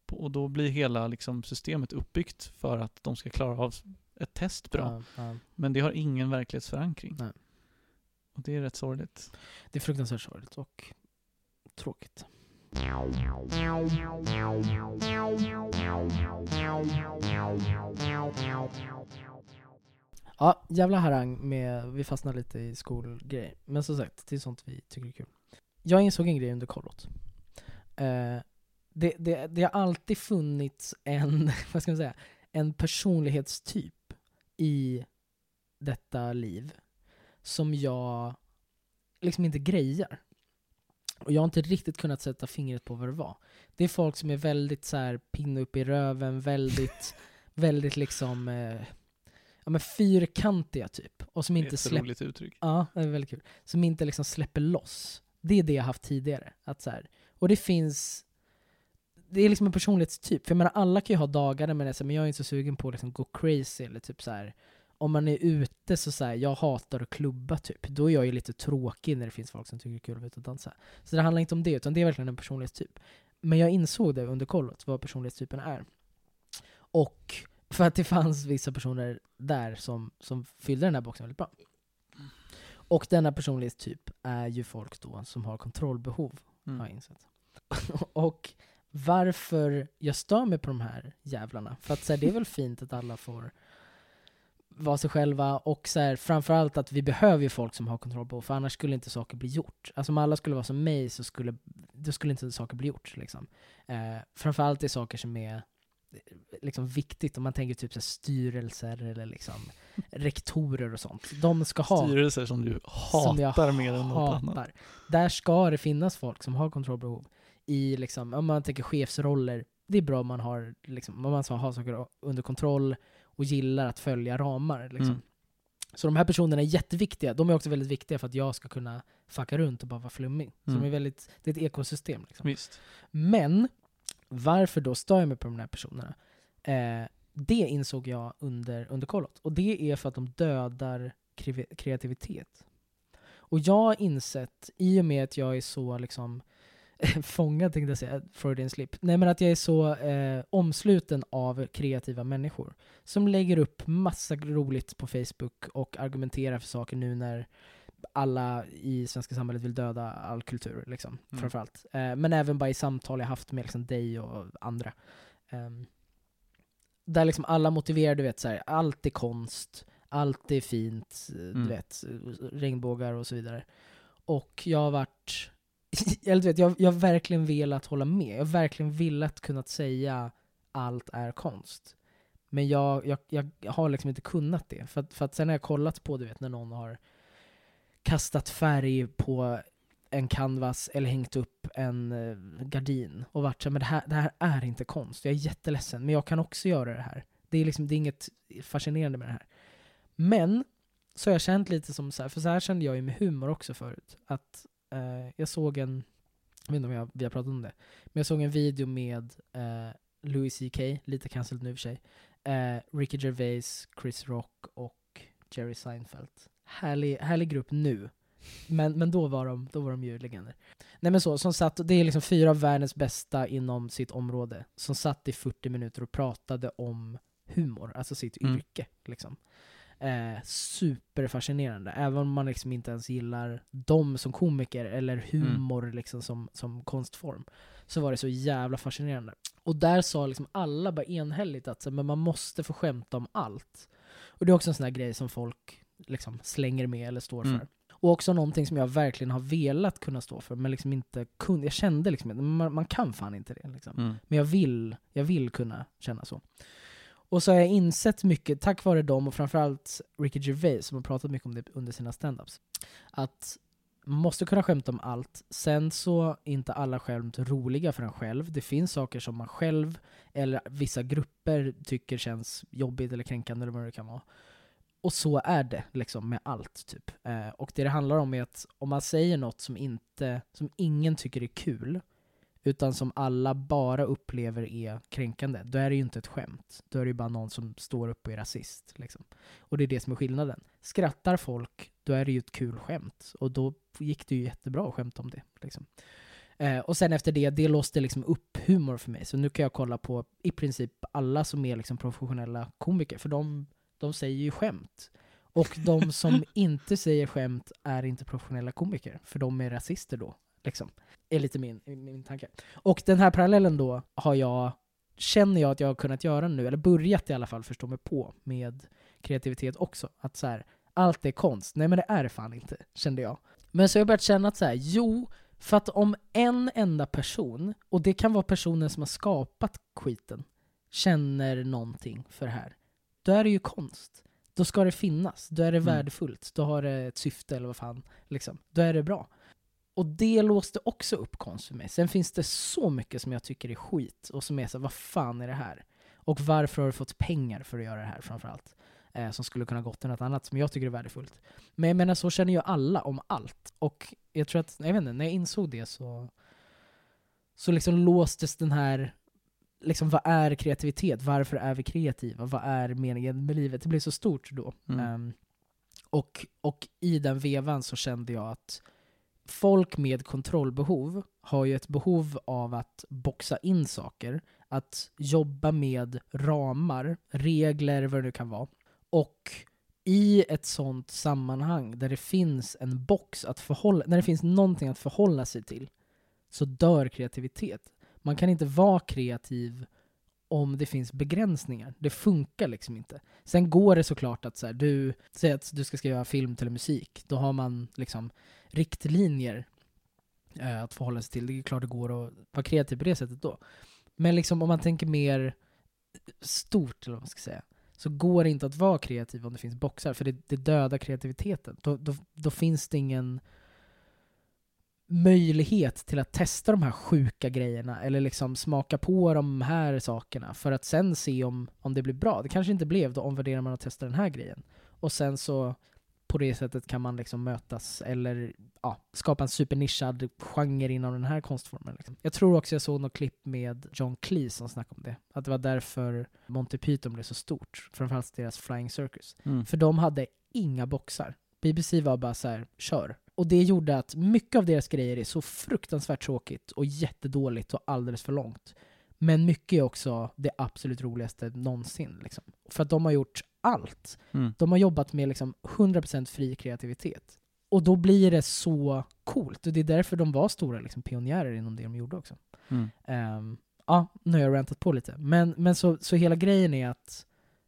och då blir hela liksom, systemet uppbyggt för att de ska klara av ett test bra. Ja, ja. Men det har ingen verklighetsförankring. Nej. Och det är rätt sorgligt. Det är fruktansvärt sorgligt och tråkigt. Ja, jävla harang med, vi fastnar lite i skolgrejer. Men som sagt, det är sånt vi tycker är kul. Jag insåg en grej under kollot. Eh, det, det, det har alltid funnits en, vad ska man säga, en personlighetstyp i detta liv som jag liksom inte grejar. Och jag har inte riktigt kunnat sätta fingret på vad det var. Det är folk som är väldigt så här pinna upp i röven, väldigt, väldigt liksom eh, ja, men fyrkantiga typ. Och som inte släpper... roligt uttryck. Ja, det är väldigt kul. Som inte liksom släpper loss. Det är det jag har haft tidigare. Att så här, och det finns... Det är liksom en personlighetstyp. För jag menar, alla kan ju ha dagar men, alltså, men jag är inte så sugen på att liksom gå crazy. Eller typ så här, om man är ute så, så här, jag hatar att klubba typ. Då är jag ju lite tråkig när det finns folk som tycker det är kul att dansa. Så det handlar inte om det, utan det är verkligen en personlighetstyp. Men jag insåg det under kollot, vad personlighetstypen är. Och för att det fanns vissa personer där som, som fyllde den här boxen väldigt bra. Och denna personlighetstyp är ju folk då som har kontrollbehov, Mm. har jag insett. Och varför jag stör mig på de här jävlarna, för att så här, det är väl fint att alla får vara sig själva, och så här, framförallt att vi behöver ju folk som har kontrollbehov, för annars skulle inte saker bli gjort. Alltså om alla skulle vara som mig så skulle, då skulle inte saker bli gjort liksom. Eh, framförallt är saker som är liksom viktigt, om man tänker typ så här, styrelser eller liksom rektorer och sånt. De ska ha styrelser som du hatar som mer än något annat. Där ska det finnas folk som har kontrollbehov. I liksom, om man tänker chefsroller, det är bra om man har liksom, om man ska ha saker under kontroll och gillar att följa ramar liksom. Mm. Så de här personerna är jätteviktiga. De är också väldigt viktiga för att jag ska kunna fucka runt och bara vara flummig. Så Mm. de är väldigt, det är ett ekosystem liksom. Visst. Men varför då stör jag mig på de här personerna? Eh, det insåg jag under, under kollot. Och det är för att de dödar kre- kreativitet. Och jag har insett, i och med att jag är så liksom fångad, tänkte jag säga, Freudian slip. Nej, men att jag är så eh, omsluten av kreativa människor som lägger upp massa roligt på Facebook och argumenterar för saker nu när alla i svenska samhället vill döda all kultur, liksom, Mm. framförallt. Eh, men även bara i samtal jag haft med liksom, dig och andra. Um, där liksom alla motiverar, du vet, så här, allt är konst, allt är fint, Mm. du vet, regnbågar och så vidare. Och jag har varit... jag, vet, jag, jag har verkligen velat hålla med. Jag har verkligen velat kunna säga allt är konst. Men jag, jag, jag har liksom inte kunnat det. För att, för att sen har jag kollat på, du vet, när någon har kastat färg på en canvas eller hängt upp en uh, gardin och varit så här, men det här, det här är inte konst. Jag är jätteledsen, men jag kan också göra det här. Det är liksom, det är inget fascinerande med det här. Men så har jag känt lite som så här, för så här kände jag ju med humor också förut. Att uh, jag såg en, jag vet inte om jag, vi har pratat om det, men jag såg en video med uh, Louis C K, lite cancelled nu för sig, uh, Ricky Gervais, Chris Rock och Jerry Seinfeld. Härlig, härlig grupp nu. Men, men då var de, då var de ju legender. Nej men så, som satt, det är liksom fyra av världens bästa inom sitt område som satt i fyrtio minuter och pratade om humor, alltså sitt Mm. yrke liksom. Eh, superfascinerande, även om man liksom inte ens gillar dem som komiker eller humor mm. liksom som, som konstform, så var det så jävla fascinerande. Och där sa liksom alla bara enhälligt att så, men man måste få skämta om allt. Och det är också en sån här grej som folk liksom slänger med eller står Mm. för. Och också någonting som jag verkligen har velat kunna stå för, men liksom inte kunde. Jag kände liksom, man, man kan fan inte det liksom. Mm. Men jag vill, jag vill kunna känna så. Och så har jag insett mycket, tack vare dem och framförallt Ricky Gervais som har pratat mycket om det under sina stand-ups, att man måste kunna skämta om allt. Sen så är inte alla skämt roliga för en själv. Det finns saker som man själv eller vissa grupper tycker känns jobbigt eller kränkande eller vad det kan vara. Och så är det liksom med allt typ. Eh, och det det handlar om är att om man säger något som inte, som ingen tycker är kul, utan som alla bara upplever är kränkande, då är det ju inte ett skämt. Då är det ju bara någon som står upp och är rasist liksom. Och det är det som är skillnaden. Skrattar folk, då är det ju ett kul skämt. Och då gick det ju jättebra att skämta om det liksom. Eh, och sen efter det, det låste liksom upp humor för mig. Så nu kan jag kolla på i princip alla som är liksom professionella komiker. För de, de säger ju skämt. Och de som inte säger skämt är inte professionella komiker. För de är rasister då. Liksom. Är lite min, min tanke. Och den här parallellen då har jag, känner jag att jag har kunnat göra nu. Eller börjat i alla fall förstå mig på med kreativitet också. Att så här, allt är konst. Nej men det är det fan inte, kände jag. Men så har jag börjat känna att så här, jo, för att om en enda person, och det kan vara personen som har skapat skiten, känner någonting för det här, då är det ju konst. Då ska det finnas. Då är det mm. värdefullt. Då har det ett syfte eller vad fan. Liksom. Då är det bra. Och det låste också upp konst för mig. Sen finns det så mycket som jag tycker är skit. Och som är så, vad fan är det här? Och varför har du fått pengar för att göra det här framförallt? Eh, som skulle kunna gått till något annat som jag tycker är värdefullt. Men jag menar, så känner ju alla om allt. Och jag tror att, jag vet inte, när jag insåg det så så liksom låstes den här, liksom, vad är kreativitet? Varför är vi kreativa? Vad är meningen med livet? Det blev så stort då. Mm. Um, och, och i den vevan så kände jag att folk med kontrollbehov har ju ett behov av att boxa in saker, att jobba med ramar, regler, vad det nu kan vara. Och i ett sånt sammanhang där det finns en box att förhålla, när det finns någonting att förhålla sig till, så dör kreativitet. Man kan inte vara kreativ om det finns begränsningar. Det funkar liksom inte. Sen går det såklart att så här, du säger att du ska skriva film eller musik. Då har man liksom riktlinjer eh, att förhålla sig till. Det är klart det går att vara kreativ på det sättet då. Men liksom om man tänker mer stort, eller vad man ska säga, så går det inte att vara kreativ om det finns boxar. För det, det dödar kreativiteten. Då, då, då finns det ingen möjlighet till att testa de här sjuka grejerna eller liksom smaka på de här sakerna för att sen se om, om det blir bra. Det kanske inte blev, då omvärderar man och testar den här grejen. Och sen så på det sättet kan man liksom mötas eller ja, skapa en supernischad genre inom den här konstformen. Liksom. Jag tror också jag såg något klipp med John Cleese som snackade om det. Att det var därför Monty Python blev så stort. Framförallt deras Flying Circus. Mm. För de hade inga boxar. B B C var bara så här, kör. Och det gjorde att mycket av deras grejer är så fruktansvärt tråkigt och jättedåligt och alldeles för långt. Men mycket är också det absolut roligaste någonsin. Liksom. För att de har gjort allt. Mm. De har jobbat med liksom hundra procent fri kreativitet. Och då blir det så coolt. Och det är därför de var stora liksom, pionjärer inom det de gjorde också. Mm. Um, ja, nu har jag rantat på lite. Men, men så, så hela grejen är att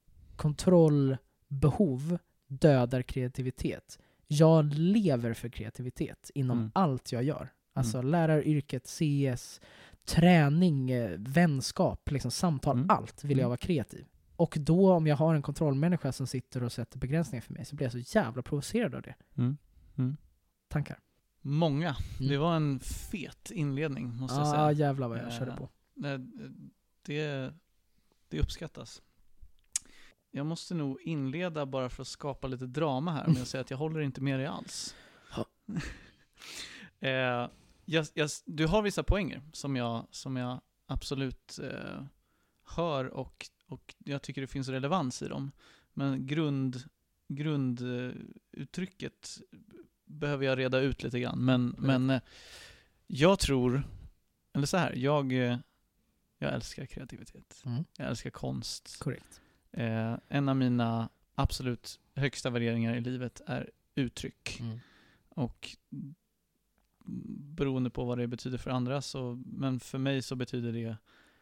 kontrollbehov dödar kreativitet. Jag lever för kreativitet inom mm. allt jag gör. Alltså mm. läraryrket, C S, träning, vänskap, liksom samtal, mm. allt vill jag vara kreativ. Och då om jag har en kontrollmänniska som sitter och sätter begränsningar för mig så blir jag så jävla provocerad av det. Mm. Mm. Tankar? Många. Mm. Det var en fet inledning, måste ah, jag säga. Ja, jävlar vad jag äh, körde på. Det, det uppskattas. Jag måste nog inleda bara för att skapa lite drama här med att säga att jag håller inte med dig alls. eh, jag, jag, du har vissa poänger som jag, som jag absolut eh, hör och, och jag tycker det finns relevans i dem. Men grund, grunduttrycket behöver jag reda ut lite grann. Men, men eh, jag tror, eller så här, jag, jag älskar kreativitet. Mm. Jag älskar konst. Korrekt. Eh, en av mina absolut högsta värderingar i livet är uttryck. Mm. Och beroende på vad det betyder för andra, så, men för mig så betyder det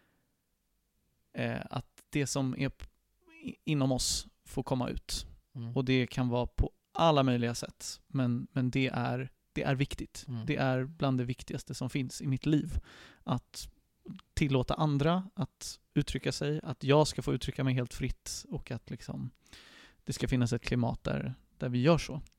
eh, att det som är p- inom oss får komma ut. Mm. Och det kan vara på alla möjliga sätt. Men, men det, är, det är viktigt. Mm. Det är bland det viktigaste som finns i mitt liv. Att tillåta andra att uttrycka sig, att jag ska få uttrycka mig helt fritt och att liksom det ska finnas ett klimat där, där vi gör så.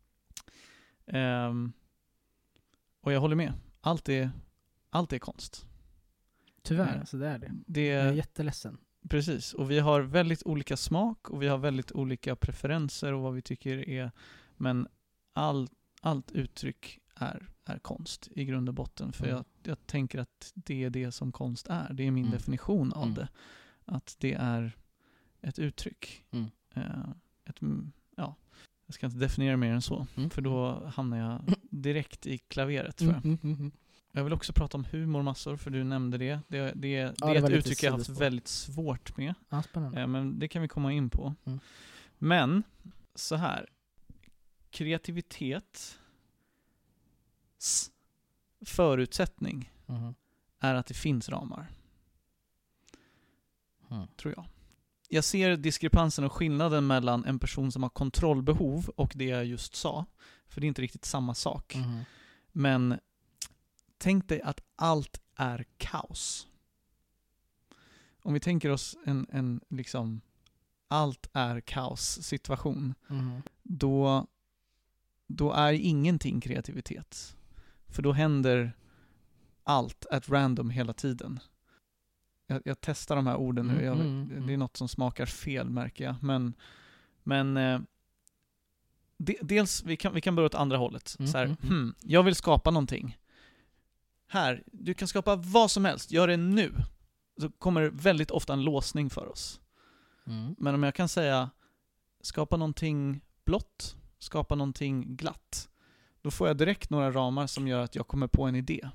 Um, och jag håller med. Allt är, allt är konst. Tyvärr, alltså det är det. det. Jag är jätteledsen. Precis, och vi har väldigt olika smak och vi har väldigt olika preferenser och vad vi tycker är, men all, allt uttryck är, är konst i grund och botten. För mm. jag, jag tänker att det är det som konst är. Det är min mm. definition av mm. det. Att det är ett uttryck. Mm. Uh, ett, ja, jag ska inte definiera mer än så. Mm. För då hamnar jag direkt i klaveret, tror jag. Mm, mm, mm. Jag vill också prata om humormassor, för du nämnde det. Det, det, det Ja, är det var ett lite uttryck jag har haft sidospår. väldigt svårt med. Ja, spännande. Eh, men det kan vi komma in på. Mm. Men, så här. Kreativitet förutsättning Mhm. är att det finns ramar, Mm. tror jag. Jag ser diskrepansen och skillnaden mellan en person som har kontrollbehov och det jag just sa. För det är inte riktigt samma sak. Mhm. Men tänk dig att allt är kaos. Om vi tänker oss en, en liksom allt är kaos situation, Mhm. då, då är ingenting kreativitet. För då händer allt at random hela tiden. Jag, jag testar de här orden nu. Jag, Mm, mm, det är något som smakar fel, märker jag. Men, men eh, de, dels, vi kan, vi kan börja åt andra hållet. Mm, så här, mm, mm. hmm, jag vill skapa någonting. Här, du kan skapa vad som helst. Gör det nu. Så kommer det väldigt ofta en låsning för oss. Mm. Men om jag kan säga skapa någonting blått, skapa någonting glatt, då får jag direkt några ramar som gör att jag kommer på en idé.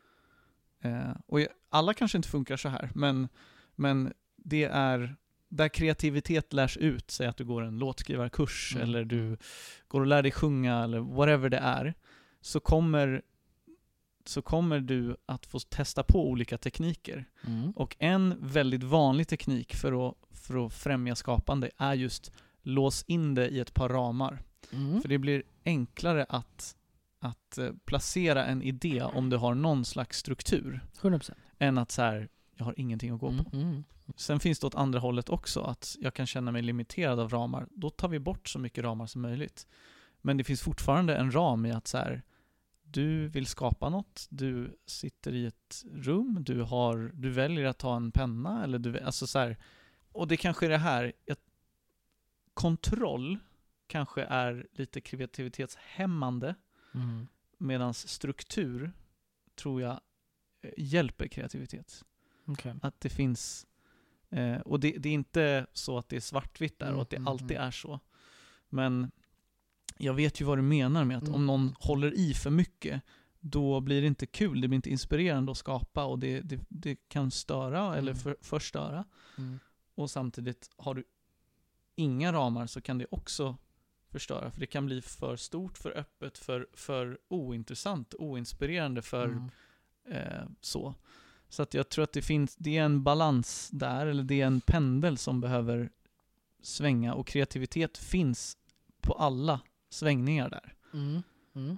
Eh, och jag, alla kanske inte funkar så här, men, men det är där kreativitet lärs ut. Säg att du går en låtskrivarkurs Mm. eller du går och lär dig sjunga eller whatever det är, så kommer, så kommer du att få testa på olika tekniker. Mm. Och en väldigt vanlig teknik för att, för att främja skapande är just lås in det i ett par ramar. Mm. För det blir enklare att, att eh, placera en idé om du har någon slags struktur hundra procent. än att så här, jag har ingenting att gå Mm. på. Mm. Sen finns det åt andra hållet också att jag kan känna mig limiterad av ramar. Då tar vi bort så mycket ramar som möjligt. Men det finns fortfarande en ram i att så här, du vill skapa något, du sitter i ett rum, du, har, du väljer att ta en penna, eller du, alltså så här, och det kanske är det här, att kontroll kanske är lite kreativitetshämmande, Mm. medan struktur tror jag eh, hjälper kreativitet. Okej. Att det finns, eh, och det, det är inte så att det är svartvitt där och att det Mm, alltid mm. är så. Men jag vet ju vad du menar med att Mm. om någon håller i för mycket, då blir det inte kul, det blir inte inspirerande att skapa, och det, det, det kan störa eller Mm. för, förstöra. Mm. Och samtidigt, har du inga ramar så kan det också förstöra, för det kan bli för stort, för öppet, för, för ointressant, oinspirerande, för Mm. eh, så. Så att jag tror att det finns, det är en balans där, eller det är en pendel som behöver svänga, och kreativitet finns på alla svängningar där. Mm. Mm.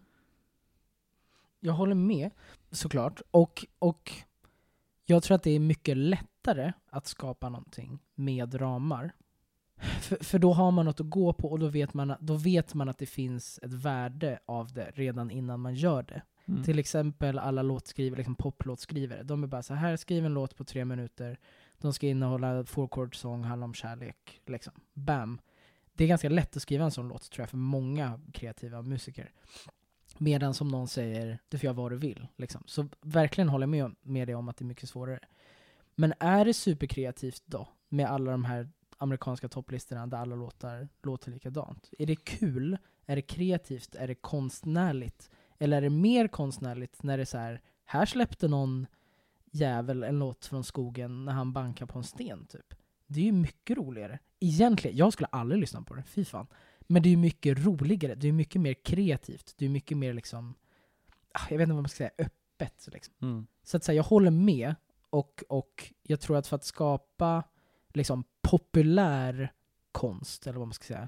Jag håller med, såklart. Och, och jag tror att det är mycket lättare att skapa någonting med ramar. För, för då har man något att gå på, och då vet, man, då vet man att det finns ett värde av det redan innan man gör det. Mm. Till exempel alla låtskrivare, liksom poplåtskrivare. De är bara så här, skriv en låt på tre minuter. De ska innehålla four chord sång, handla om kärlek. Liksom. Bam. Det är ganska lätt att skriva en sån låt, tror jag, för många kreativa musiker. Medan som någon säger, du får göra vad du vill. Liksom. Så verkligen håller jag med, med det om att det är mycket svårare. Men är det superkreativt då, med alla de här amerikanska topplistorna där alla låtar låter likadant? Är det kul? Är det kreativt? Är det konstnärligt? Eller är det mer konstnärligt när det är så här, här släppte någon jävel en låt från skogen när han bankar på en sten typ. Det är ju mycket roligare. Egentligen, jag skulle aldrig lyssna på det, fy fan. Men det är ju mycket roligare, det är mycket mer kreativt, det är mycket mer liksom, jag vet inte vad man ska säga, öppet liksom. Mm. Så att säga, jag håller med, och, och jag tror att för att skapa liksom populär konst, eller vad man ska säga,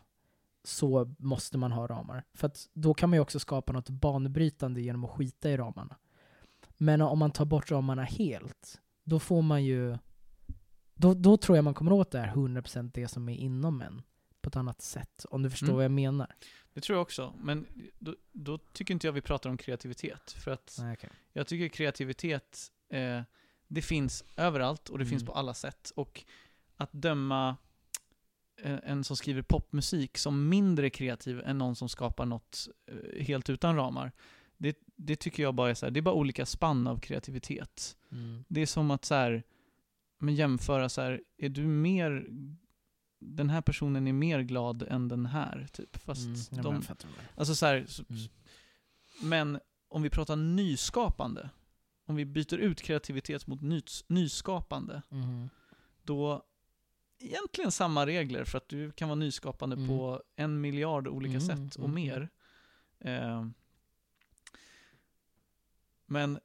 så måste man ha ramar. För att då kan man ju också skapa något banbrytande genom att skita i ramarna. Men om man tar bort ramarna helt, då får man ju, då, då tror jag man kommer åt det här hundra procent det som är inom en på ett annat sätt, om du förstår Mm. vad jag menar. Det tror jag också, men då, då tycker inte jag vi pratar om kreativitet, för att Nej, okay. jag tycker kreativitet, eh, det finns överallt och det Mm. finns på alla sätt, och att döma en, en som skriver popmusik som mindre kreativ än någon som skapar något eh, helt utan ramar, det, det tycker jag bara är så här, det är bara olika spann av kreativitet. Mm. Det är som att så här, men jämföra så här, är du mer, den här personen är mer glad än den här typ, fast Mm. Ja, de, jag fattar det. alltså så här, så, Mm. men om vi pratar nyskapande, om vi byter ut kreativitet mot nys, nyskapande, Mm. då egentligen samma regler, för att du kan vara nyskapande Mm. på en miljard olika Mm, sätt och mm. mer. Eh, men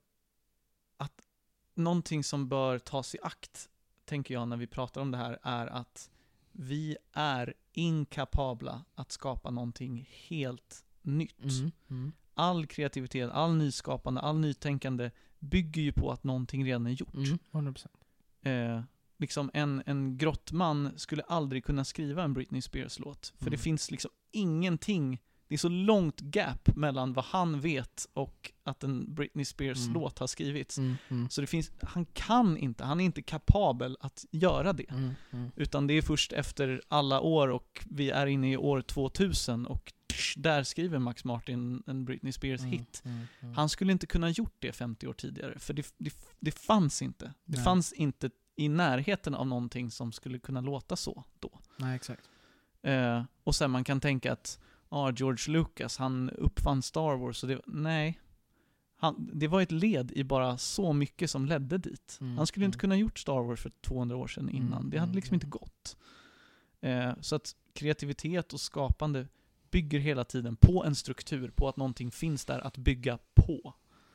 att någonting som bör tas i akt, tänker jag när vi pratar om det här, är att vi är inkapabla att skapa någonting helt nytt. Mm. Mm. All kreativitet, all nyskapande, all nytänkande bygger ju på att någonting redan är gjort. Mm. hundra procent. Eh, liksom en, en grottman skulle aldrig kunna skriva en Britney Spears-låt. För Mm. det finns liksom ingenting, det är så långt gap mellan vad han vet och att en Britney Spears-låt Mm. har skrivits. Mm. Mm. Så det finns, han kan inte, han är inte kapabel att göra det. Mm. Mm. Utan det är först efter alla år och vi är inne i år tvåtusen och tsch, där skriver Max Martin en Britney Spears-hit. Mm. Mm. Han skulle inte kunna gjort det femtio år tidigare, för det, det, det fanns inte. Det Nej. fanns inte i närheten av någonting som skulle kunna låta så då. Nej, exakt. Eh, och sen man kan tänka att ah, George Lucas, han uppfann Star Wars. Och det, nej, han, det var ett led i bara så mycket som ledde dit. Mm, Han skulle mm. inte kunna gjort Star Wars för tvåhundra år sedan innan. Mm, det hade mm, liksom mm. inte gått. Eh, så att kreativitet och skapande bygger hela tiden på en struktur, på att någonting finns där att bygga på.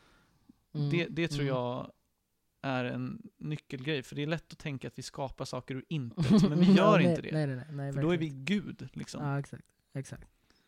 Mm. Det, det tror Mm. jag är en nyckelgrej, för det är lätt att tänka att vi skapar saker ur intet, men vi gör nej, inte det. Nej, nej, nej, nej, för då är vi verkligen. Gud, liksom. Ja, exakt. Exakt.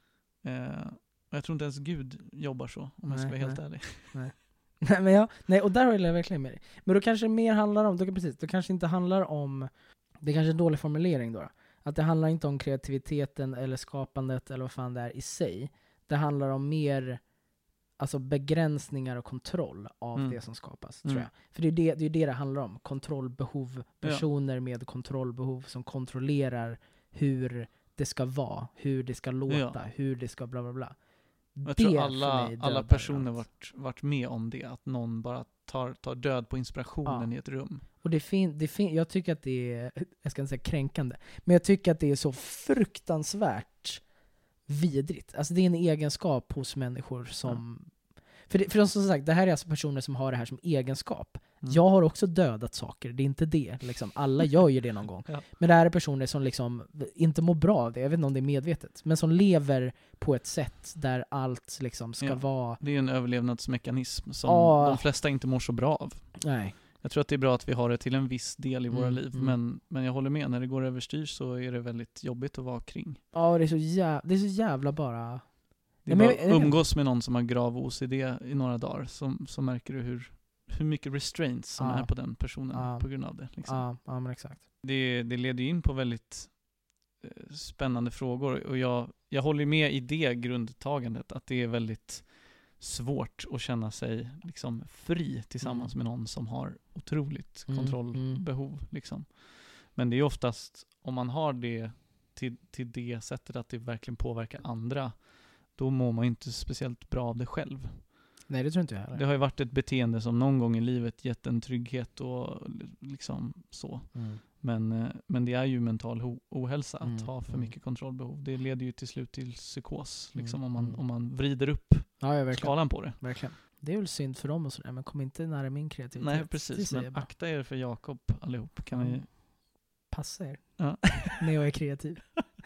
Eh, och jag tror inte ens Gud jobbar så, om jag ska Nej, vara helt nej. ärlig. Nej, men ja, nej, och där håller jag verkligen med dig. Men då kanske det mer handlar om, då, precis, då kanske inte handlar om, det är kanske en dålig formulering då, att det handlar inte om kreativiteten eller skapandet eller vad fan det är i sig. Det handlar om mer alltså begränsningar och kontroll av Mm. det som skapas, Mm. tror jag. För det är det, det är det det handlar om. Kontrollbehov, personer med kontrollbehov som kontrollerar hur det ska vara, hur det ska låta, Ja. hur det ska bla bla bla. Jag Det tror för alla, mig alla dödar personer allt. varit, varit med om det, att någon bara tar, tar död på inspirationen Ja. i ett rum. Och det fin- det fin- jag tycker att det är, jag ska inte säga kränkande, men jag tycker att det är så fruktansvärt vidrigt. Alltså det är en egenskap hos människor som... För, det, för som sagt, det här är alltså personer som har det här som egenskap. Mm. Jag har också dödat saker, det är inte det. Liksom. Alla gör ju det någon gång. Ja. Men det här är personer som liksom inte mår bra av det, jag vet inte om det är medvetet, men som lever på ett sätt där allt liksom ska Ja. vara... Det är en överlevnadsmekanism som Ja. de flesta inte mår så bra av. Nej. Jag tror att det är bra att vi har det till en viss del i våra Mm, liv, mm. men, men jag håller med, när det går överstyr så är det väldigt jobbigt att vara kring. Ja, det är så jävla, det är så jävla bara... Det är Nej, men bara jag- jag att vet- umgås med någon som har grav O C D i några dagar, så, så märker du hur, hur mycket restraints som Ja. är på den personen Ja. på grund av det. Liksom. Ja, ja, men exakt. Det, det leder ju in på väldigt eh, spännande frågor, och jag, jag håller med i det grundtagandet, att det är väldigt svårt att känna sig liksom fri tillsammans Mm. med någon som har otroligt Mm, kontrollbehov. Liksom. Men det är oftast, om man har det till, till det sättet att det verkligen påverkar andra, då mår man inte speciellt bra av det själv. Nej, det tror inte jag heller. Det har ju varit ett beteende som någon gång i livet gett en trygghet och liksom så. Mm. Men, eh, men det är ju mental ho- ohälsa att Mm, ha för mm. mycket kontrollbehov. Det leder ju till slut till psykos, liksom, Mm, om, man, mm. om man vrider upp Ja, ja, verkligen. skalan på det. verkligen. Det är väl synd för dem och sådär, men kom inte nära min kreativitet. Nej, Det precis. säger Men jag bara. akta er för Jakob allihop. Kan Mm. vi... Passa er. Ja. När jag är kreativ.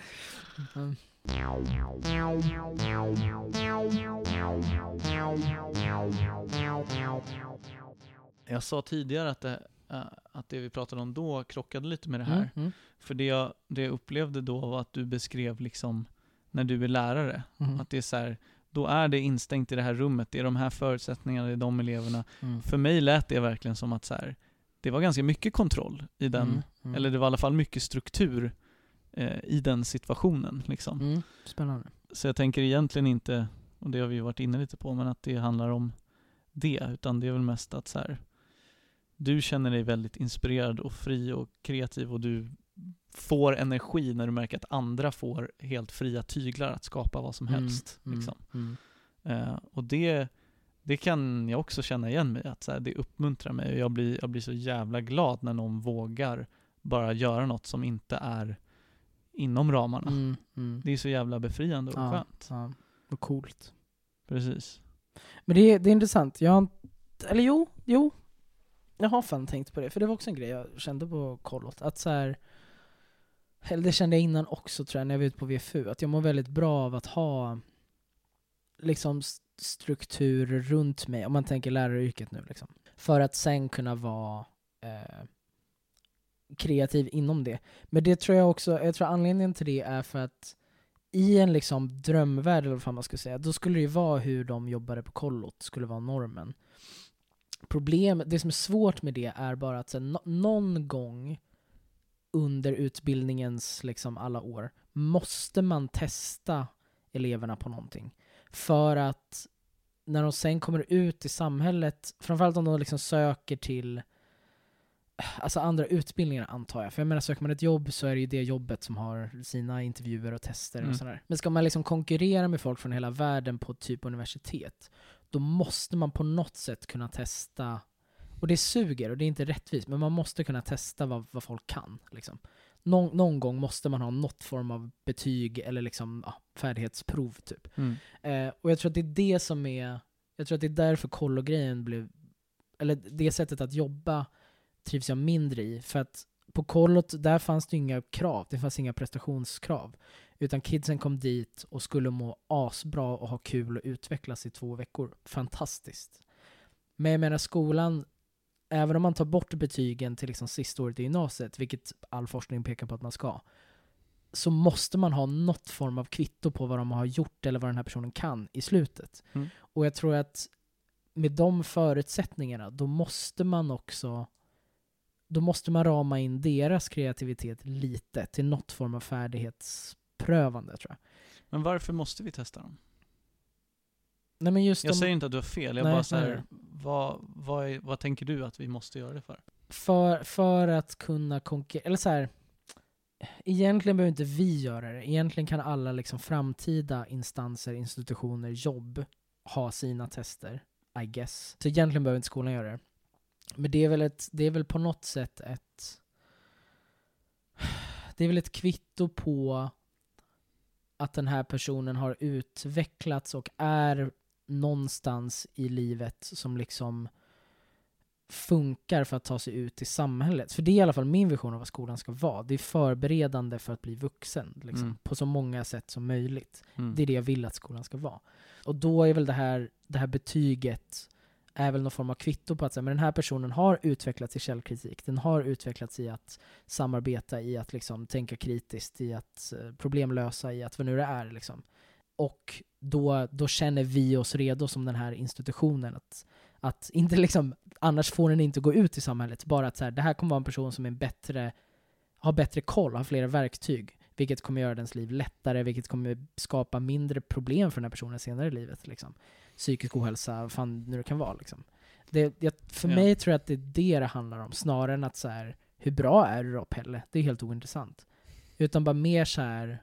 Mm. Jag sa tidigare att det, äh, att det vi pratade om då krockade lite med det här. Mm, mm, För det jag, det jag upplevde då var att du beskrev liksom när du är lärare. mm, Att det är så här, då är det instängt i det här rummet. Det är de här förutsättningarna, det är de eleverna. mm. För mig lät det verkligen som att så här, det var ganska mycket kontroll i den, Mm, mm. eller det var i alla fall mycket struktur eh, i den situationen. Liksom. Mm, spännande. Så jag tänker egentligen inte, och det har vi ju varit inne lite på, men att det handlar om det, utan det är väl mest att så här, du känner dig väldigt inspirerad och fri och kreativ, och du får energi när du märker att andra får helt fria tyglar att skapa vad som Mm, helst. mm, Liksom. mm. Eh, och det, det kan jag också känna igen mig, att så här, det uppmuntrar mig, och jag blir, jag blir så jävla glad när någon vågar bara göra något som inte är inom ramarna. Mm, mm. Det är så jävla befriande och Ja, skönt. ja. Vad coolt. Precis. Men det är, det är intressant. Jag har, eller jo, jo. Jag har fan tänkt på det, för det var också en grej jag kände på kollot. Att så här, eller det kände jag innan också tror jag, när jag var ute på V F U. Att jag mår väldigt bra av att ha liksom strukturer runt mig, om man tänker läraryrket nu liksom. För att sen kunna vara eh, kreativ inom det. Men det tror jag också, jag tror anledningen till det är för att i en liksom drömvärld, eller vad man ska säga, då skulle det ju vara hur de jobbade på kollot skulle vara normen. Problem, det som är svårt med det är bara att så, no, någon gång under utbildningens liksom alla år måste man testa eleverna på någonting. För att när de sen kommer ut i samhället, framförallt om de liksom söker till alltså andra utbildningar antar jag. För jag menar, söker man ett jobb så är det ju det jobbet som har sina intervjuer och tester Mm. och sådär. Men ska man liksom konkurrera med folk från hela världen på typ universitet, då måste man på något sätt kunna testa, och det suger och det är inte rättvist, men man måste kunna testa vad, vad folk kan. Liksom. Någon, någon gång måste man ha något form av betyg eller liksom, ja, färdighetsprov typ. Mm. Eh, och jag tror att det är det som är, jag tror att det är därför kollo-grejen blev, eller det sättet att jobba trivs jag mindre i. För att på kollot, där fanns det inga krav, det fanns inga prestationskrav. Utan kidsen kom dit och skulle må asbra och ha kul och utvecklas i två veckor. Fantastiskt. Men jag menar, skolan, även om man tar bort betygen till liksom sista året i gymnasiet, vilket all forskning pekar på att man ska, så måste man ha något form av kvitto på vad de har gjort eller vad den här personen kan i slutet. Mm. Och jag tror att med de förutsättningarna, då måste man också då måste man rama in deras kreativitet lite till något form av färdighetsprövande, tror jag. Men varför måste vi testa dem? Nej, men just Jag de, säger inte att du har fel, jag Nej, bara så här, nej. vad, vad, är, vad tänker du att vi måste göra det för? för, för att kunna konkurrera, eller så här, egentligen behöver inte vi göra det. Egentligen kan alla liksom framtida instanser, institutioner, jobb ha sina tester, I guess. Så egentligen behöver inte skolan göra det. Men det är väl ett, det är väl på något sätt ett det är väl ett kvitto på att den här personen har utvecklats och är någonstans i livet som liksom funkar för att ta sig ut i samhället. För det är i alla fall min vision av vad skolan ska vara. Det är förberedande för att bli vuxen liksom, Mm. på så många sätt som möjligt. Mm. Det är det jag vill att skolan ska vara. Och då är väl det här, det här betyget är väl någon form av kvitto på att säga, men den här personen har utvecklats i källkritik. Den har utvecklats i att samarbeta, i att liksom tänka kritiskt, i att uh, problemlösa, i att vad nu det är. Liksom. Och då, då känner vi oss redo som den här institutionen att, att inte liksom, annars får den inte gå ut i samhället. Bara att så här, det här kommer vara en person som är bättre, har bättre koll, har flera verktyg. Vilket kommer göra dens liv lättare, vilket kommer skapa mindre problem för den här personen senare i livet. Liksom. Psykisk ohälsa, vad fan nu det kan vara. Liksom. Det, jag, för Ja. mig tror jag att det är det det handlar om. Snarare än att så här, hur bra är du då, Pelle? Det är helt ointressant. Utan bara mer så här,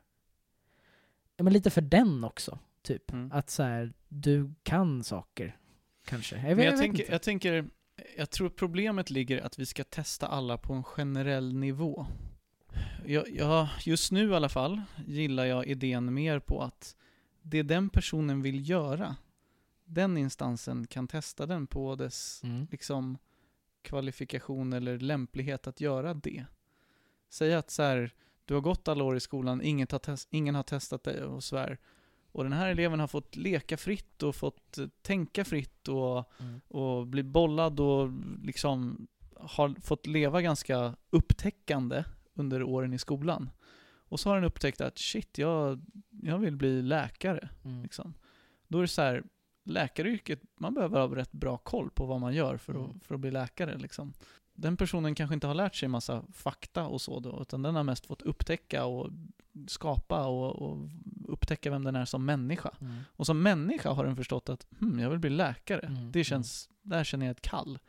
ja, men lite för den också. Typ. Mm. Att så här, du kan saker. Kanske. Jag, vet, Men jag, jag, vet tänker, inte. jag tänker, jag tror problemet ligger att vi ska testa alla på en generell nivå. Jag, jag, just nu i alla fall gillar jag idén mer på att det den personen vill göra, den instansen kan testa den på dess Mm. liksom, kvalifikation eller lämplighet att göra det. Säg att så här, du har gått alla år i skolan, ingen har, test, ingen har testat dig och svär. Och den här eleven har fått leka fritt och fått tänka fritt och, Mm. och bli bollad och liksom har fått leva ganska upptäckande under åren i skolan. Och så har den upptäckt att shit, jag, jag vill bli läkare. Mm. Liksom. Då är det så här, läkaryrket, man behöver ha rätt bra koll på vad man gör för, Mm. att, för att bli läkare. Liksom. Den personen kanske inte har lärt sig massa fakta och så då, utan den har mest fått upptäcka och skapa och, och upptäcka vem den är som människa. Mm. Och som människa har den förstått att hm, jag vill bli läkare. Mm. Det känns, där känner jag ett kall.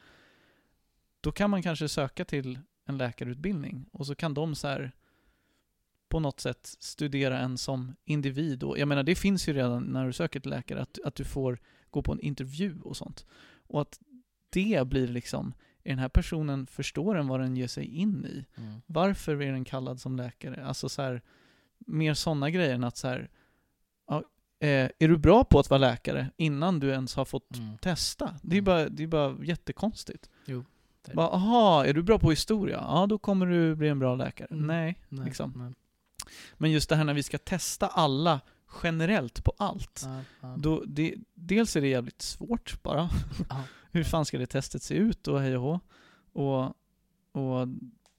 Då kan man kanske söka till en läkarutbildning och så kan de så här på något sätt studera en som individ. Och jag menar, det finns ju redan när du söker till läkare att, att du får gå på en intervju och sånt. Och att det blir liksom, är den här personen, förstår den vad den ger sig in i? Mm. Varför är den kallad som läkare? Alltså så här, mer sådana grejer än att så här, ja, eh, är du bra på att vara läkare innan du ens har fått Mm. testa? Det är Mm. bara, det är bara jättekonstigt. Jo. det är det. Bara, aha, är du bra på historia? Ja, då kommer du bli en bra läkare. Mm. Nej, Nej, liksom. nej. Men just det här när vi ska testa alla generellt på allt. Ja, ja. Då, det, dels är det jävligt svårt bara. Ja. Hur fan ska det testet se ut och hej och hå? Och, och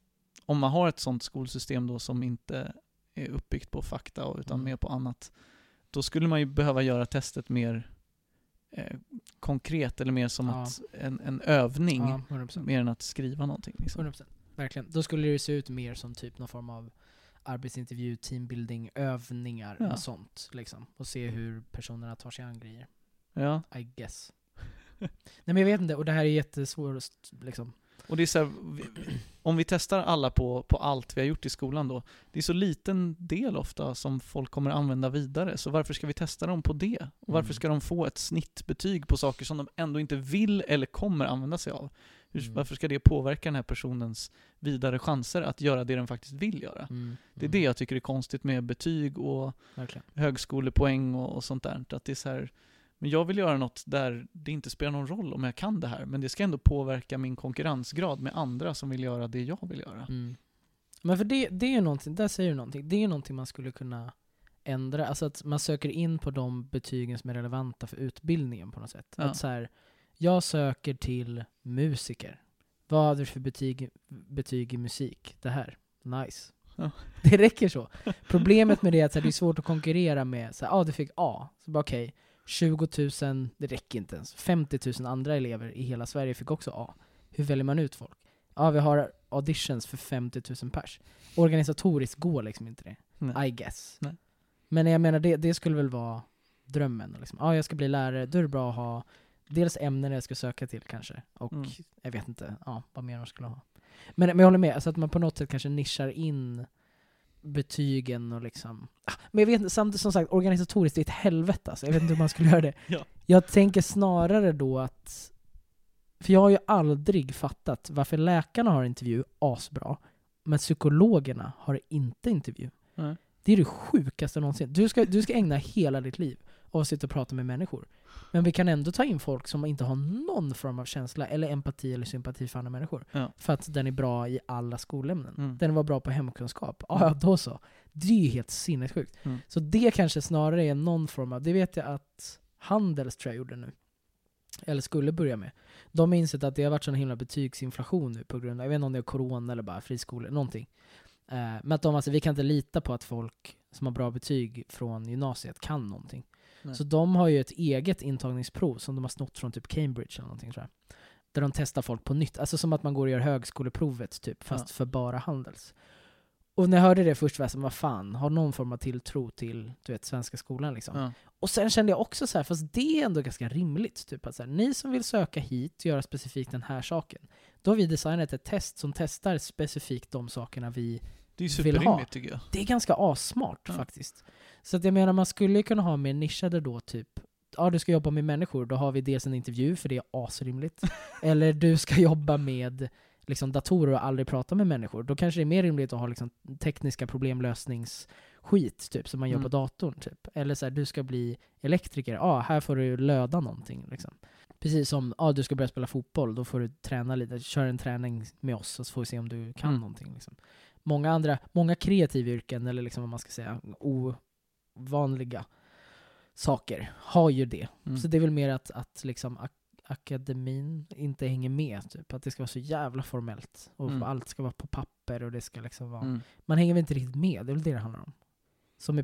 om man har ett sånt skolsystem då som inte är uppbyggt på fakta och, utan Mm. mer på annat, då skulle man ju behöva göra testet mer eh, konkret eller mer som Ja. att en, en övning Ja, hundra procent. mer än att skriva någonting. Liksom. hundra procent. Verkligen. Då skulle det se ut mer som typ någon form av arbetsintervju, teambuilding, övningar Ja. och sånt. Liksom. Och se hur personerna tar sig an grejer. Ja. I guess. Nej men jag vet inte, och det här är jättesvårt liksom. Och det är så här, vi, om vi testar alla på, på allt vi har gjort i skolan då, det är så liten del ofta som folk kommer använda vidare, så varför ska vi testa dem på det? Och varför Mm. ska de få ett snittbetyg på saker som de ändå inte vill eller kommer använda sig av? Hur, Mm. Varför ska det påverka den här personens vidare chanser att göra det den faktiskt vill göra? Mm. Det är det jag tycker är konstigt med betyg och Verkligen. högskolepoäng och, och sånt där. Att det är så här, men jag vill göra något där det inte spelar någon roll om jag kan det här, men det ska ändå påverka min konkurrensgrad med andra som vill göra det jag vill göra. Mm. Men för det, det är ju någonting, där säger du någonting, det är ju någonting man skulle kunna ändra, alltså att man söker in på de betygen som är relevanta för utbildningen på något sätt. Ja. Att så här, jag söker till musiker. Vad hade du för betyg, betyg i musik? Det här. Nice. Ja. Det räcker så. Problemet med det är att så här, det är svårt att konkurrera med, så här, ah, du fick A. Så bara okej, okay, tjugo tusen, det räcker inte ens. femtio tusen andra elever i hela Sverige fick också A. Hur väljer man ut folk? Ja, vi har auditions för femtio tusen pers. Organisatoriskt går liksom inte det. Nej. I guess. Nej. Men jag menar, det, det skulle väl vara drömmen. Liksom. Ja, jag ska bli lärare. Då är det bra att ha dels ämnen jag ska söka till kanske. Och Mm. jag vet inte ja, vad mer de skulle ha. Men, men jag håller med. Alltså att man på något sätt kanske nischar in betygen och liksom... Ah, men jag vet inte, samtidigt som sagt, organisatoriskt är ett helvete. Alltså. Jag vet inte hur man skulle göra det. Ja. Jag tänker snarare då att... För jag har ju aldrig fattat varför läkarna har intervju asbra, men psykologerna har inte intervju. Nej. Det är det sjukaste någonsin. Du ska, du ska ägna hela ditt liv av att sitta och prata med människor. Men vi kan ändå ta in folk som inte har någon form av känsla eller empati eller sympati för andra människor. Ja. För att den är bra i alla skolämnen. Mm. Den var bra på hemkunskap. Ja, ja, då så. Det är ju helt sinnessjukt. Mm. Så det kanske snarare är någon form av... Det vet jag att Handels tror jag gjorde nu. Eller skulle börja med. De har insett att det har varit sån himla betygsinflation nu på grund av, jag vet inte om det är corona eller bara friskolor, någonting. Eh, men att de alltså, vi kan inte lita på att folk som har bra betyg från gymnasiet kan någonting. Nej. Så de har ju ett eget intagningsprov som de har snott från typ Cambridge eller någonting tror jag. Där de testar folk på nytt. Alltså som att man går och gör högskoleprovet typ, fast Ja. för bara Handels. Och när jag hörde det först var jag så, vad fan, har någon form av tilltro till du vet, svenska skolan liksom. Ja. Och sen kände jag också så här, fast det är ändå ganska rimligt. Typ att så här, ni som vill söka hit och göra specifikt den här saken, då har vi designat ett test som testar specifikt de sakerna vi Det är ju vill ha. superrimligt tycker jag. Det är ganska assmart Ja. faktiskt. Så att jag menar, man skulle kunna ha mer nischade då, typ, ja du ska jobba med människor, då har vi dels en intervju, för det är asrimligt. Eller du ska jobba med liksom datorer och aldrig prata med människor. Då kanske det är mer rimligt att ha liksom tekniska problemlösningsskit typ, som man gör Mm. på datorn. Typ. Eller så här, du ska bli elektriker. Ja, här får du löda någonting. Liksom. Precis som, ja du ska börja spela fotboll, då får du träna lite. Kör en träning med oss och så får vi se om du kan Mm. någonting. Liksom. Många andra, många kreativa yrken, eller liksom vad man ska säga, ovanliga saker, har ju det. Mm. Så det är väl mer att, att liksom ak- akademin inte hänger med. Typ. Att det ska vara så jävla formellt. Och Mm. allt ska vara på papper och det ska liksom vara... Mm. Man hänger väl inte riktigt med, det är väl det det handlar om. Som är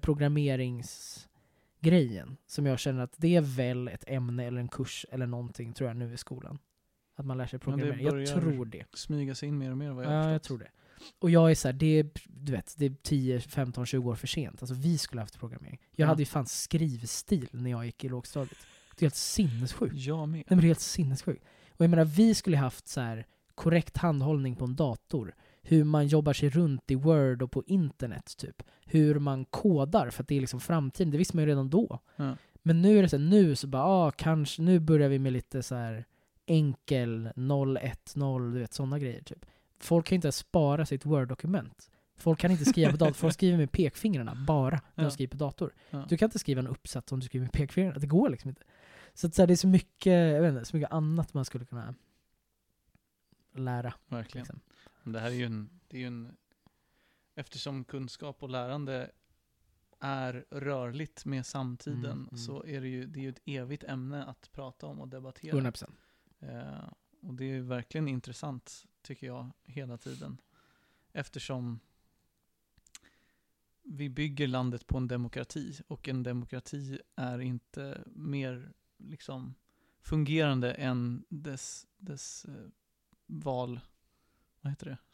programmeringsgrejen. Som jag känner att det är väl ett ämne eller en kurs eller någonting, tror jag, nu i skolan. Att man lär sig Ja, det programmera. Jag börjar tror det. Smyga sig in mer och mer vad jag har Ja, förstått. jag tror det. Och jag är så här, det är, du vet, det är tio, femton, tjugo år för sent. Alltså vi skulle ha haft programmering. Jag Ja. hade ju fan skrivstil när jag gick i lågstadiet. Det är helt sinnessjukt. Jag med. Nej, men det är helt sinnessjukt. Och jag menar, vi skulle ha haft så här korrekt handhållning på en dator. Hur man jobbar sig runt i Word och på internet typ. Hur man kodar, för att det är liksom framtiden. Det visste man ju redan då. Ja. Men nu är det så här, nu så bara, ah, kanske, nu börjar vi med lite så här enkel noll ett noll, du vet, sådana grejer typ. Folk kan inte spara sitt Word-dokument. Folk kan inte skriva på dator. Folk skriver med pekfingrarna bara när Ja. de skriver på dator. Ja. Du kan inte skriva en uppsats om du skriver med pekfingrarna. Det går liksom inte. Så, att, så här, det är så mycket, jag vet inte, så mycket annat man skulle kunna lära. Verkligen. Liksom. Men det här är ju en, det är ju en... Eftersom kunskap och lärande är rörligt med samtiden Mm, mm. så är det ju, det är ju ett evigt ämne att prata om och debattera. hundra procent. Eh, och det är verkligen intressant, tycker jag, hela tiden. Eftersom vi bygger landet på en demokrati och en demokrati är inte mer liksom fungerande än dess, dess eh, val, vad heter det?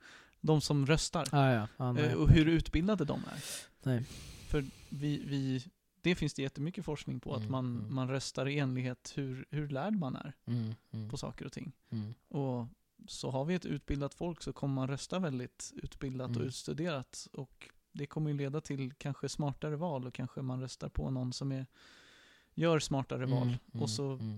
De som röstar. Ah, ja. Ah, eh, nej. och hur utbildade de är. Nej. För vi, vi, det finns det jättemycket forskning på, att Mm, man, mm. man röstar i enlighet hur, hur lärd man är Mm, mm, på saker och ting. mm. Och så har vi ett utbildat folk så kommer man rösta väldigt utbildat och Mm. utstuderat. Och det kommer ju leda till kanske smartare val och kanske man röstar på någon som är, gör smartare val. Mm, mm, och, så, mm.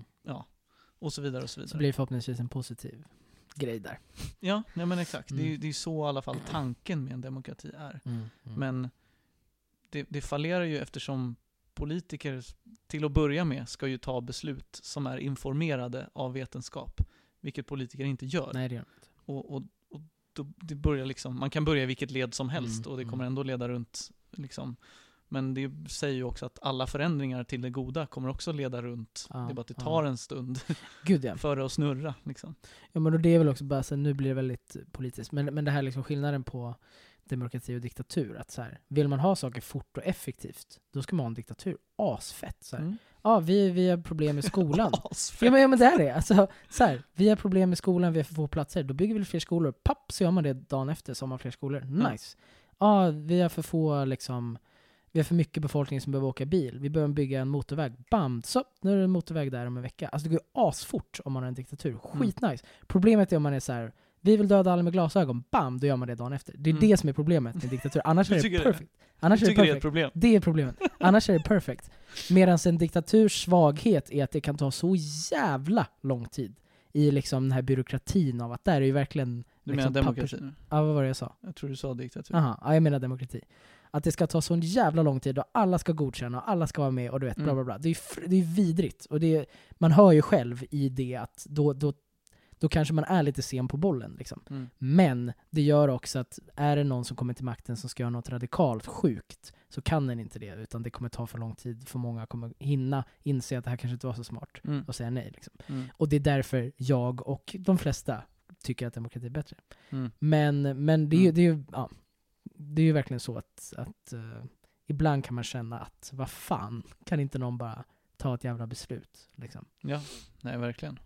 och så vidare och så vidare. Så blir det förhoppningsvis en positiv grej där. Ja, nej men exakt. Mm. Det, är, det är så i alla fall tanken med en demokrati är. Mm, mm. Men det, det fallerar ju eftersom politiker till att börja med ska ju ta beslut som är informerade av vetenskap. Vilket politiker inte gör. Nej, det gör det inte. Och, och, och då, det börjar liksom, man kan börja i vilket led som helst Mm, och det kommer mm. ändå leda runt. Liksom. Men det säger ju också att alla förändringar till det goda kommer också leda runt. Ja, det är bara att det ja. tar en stund Gud ja. för det att snurra. Liksom. Ja, men då det är väl också bara så här, nu blir det väldigt politiskt. Men, men det här är liksom skillnaden på demokrati och diktatur. Att så här, vill man ha saker fort och effektivt, då ska man ha en diktatur. Asfett. Så här. Mm. Ja, vi, vi har problem med skolan. Asfett. Ja men, ja men det är det. Alltså, så här, vi har problem med skolan, vi har för få platser. Då bygger vi fler skolor. Papp, så gör man det dagen efter, så har man fler skolor. Nice. Ja, vi har för få liksom, vi har för mycket befolkning som behöver åka bil. Vi behöver bygga en motorväg. Bam, så nu är det en motorväg där om en vecka. Alltså det går asfort om man har en diktatur. Skitnice. Problemet är om man är så här, vi vill döda alla med glasögon. Bam, då gör man det dagen efter. Det är Mm. det som är problemet med en diktatur. Annars Du är det tycker det? perfekt. Annars Jag är det tycker det är ett perfekt. problem. Det är problemet. Annars är det perfekt. Medan en diktaturs svaghet är att det kan ta så jävla lång tid i liksom den här byråkratin av att där är ju verkligen Du liksom menar demokrati pappers- nu? Ja, vad var det jag sa? Jag tror du sa diktatur. Aha, ja, jag menar demokrati. Att det ska ta så en jävla lång tid och alla ska godkänna och alla ska vara med och du vet, bla Mm. bla bla. Det är ju fr- det är vidrigt. Och det är, man hör ju själv i det att då, då, då kanske man är lite sen på bollen. Liksom. Mm. Men det gör också att är det någon som kommer till makten som ska göra något radikalt sjukt så kan den inte det. Utan det kommer ta för lång tid. För många kommer hinna inse att det här kanske inte var så smart Mm. och säga nej. Liksom. Mm. Och det är därför jag och de flesta tycker att demokrati är bättre. Mm. Men, men det, är ju, Mm. det, är ju, ja, det är ju verkligen så att, att uh, ibland kan man känna att vad fan, kan inte någon bara ta ett jävla beslut? Liksom. Ja, nej verkligen.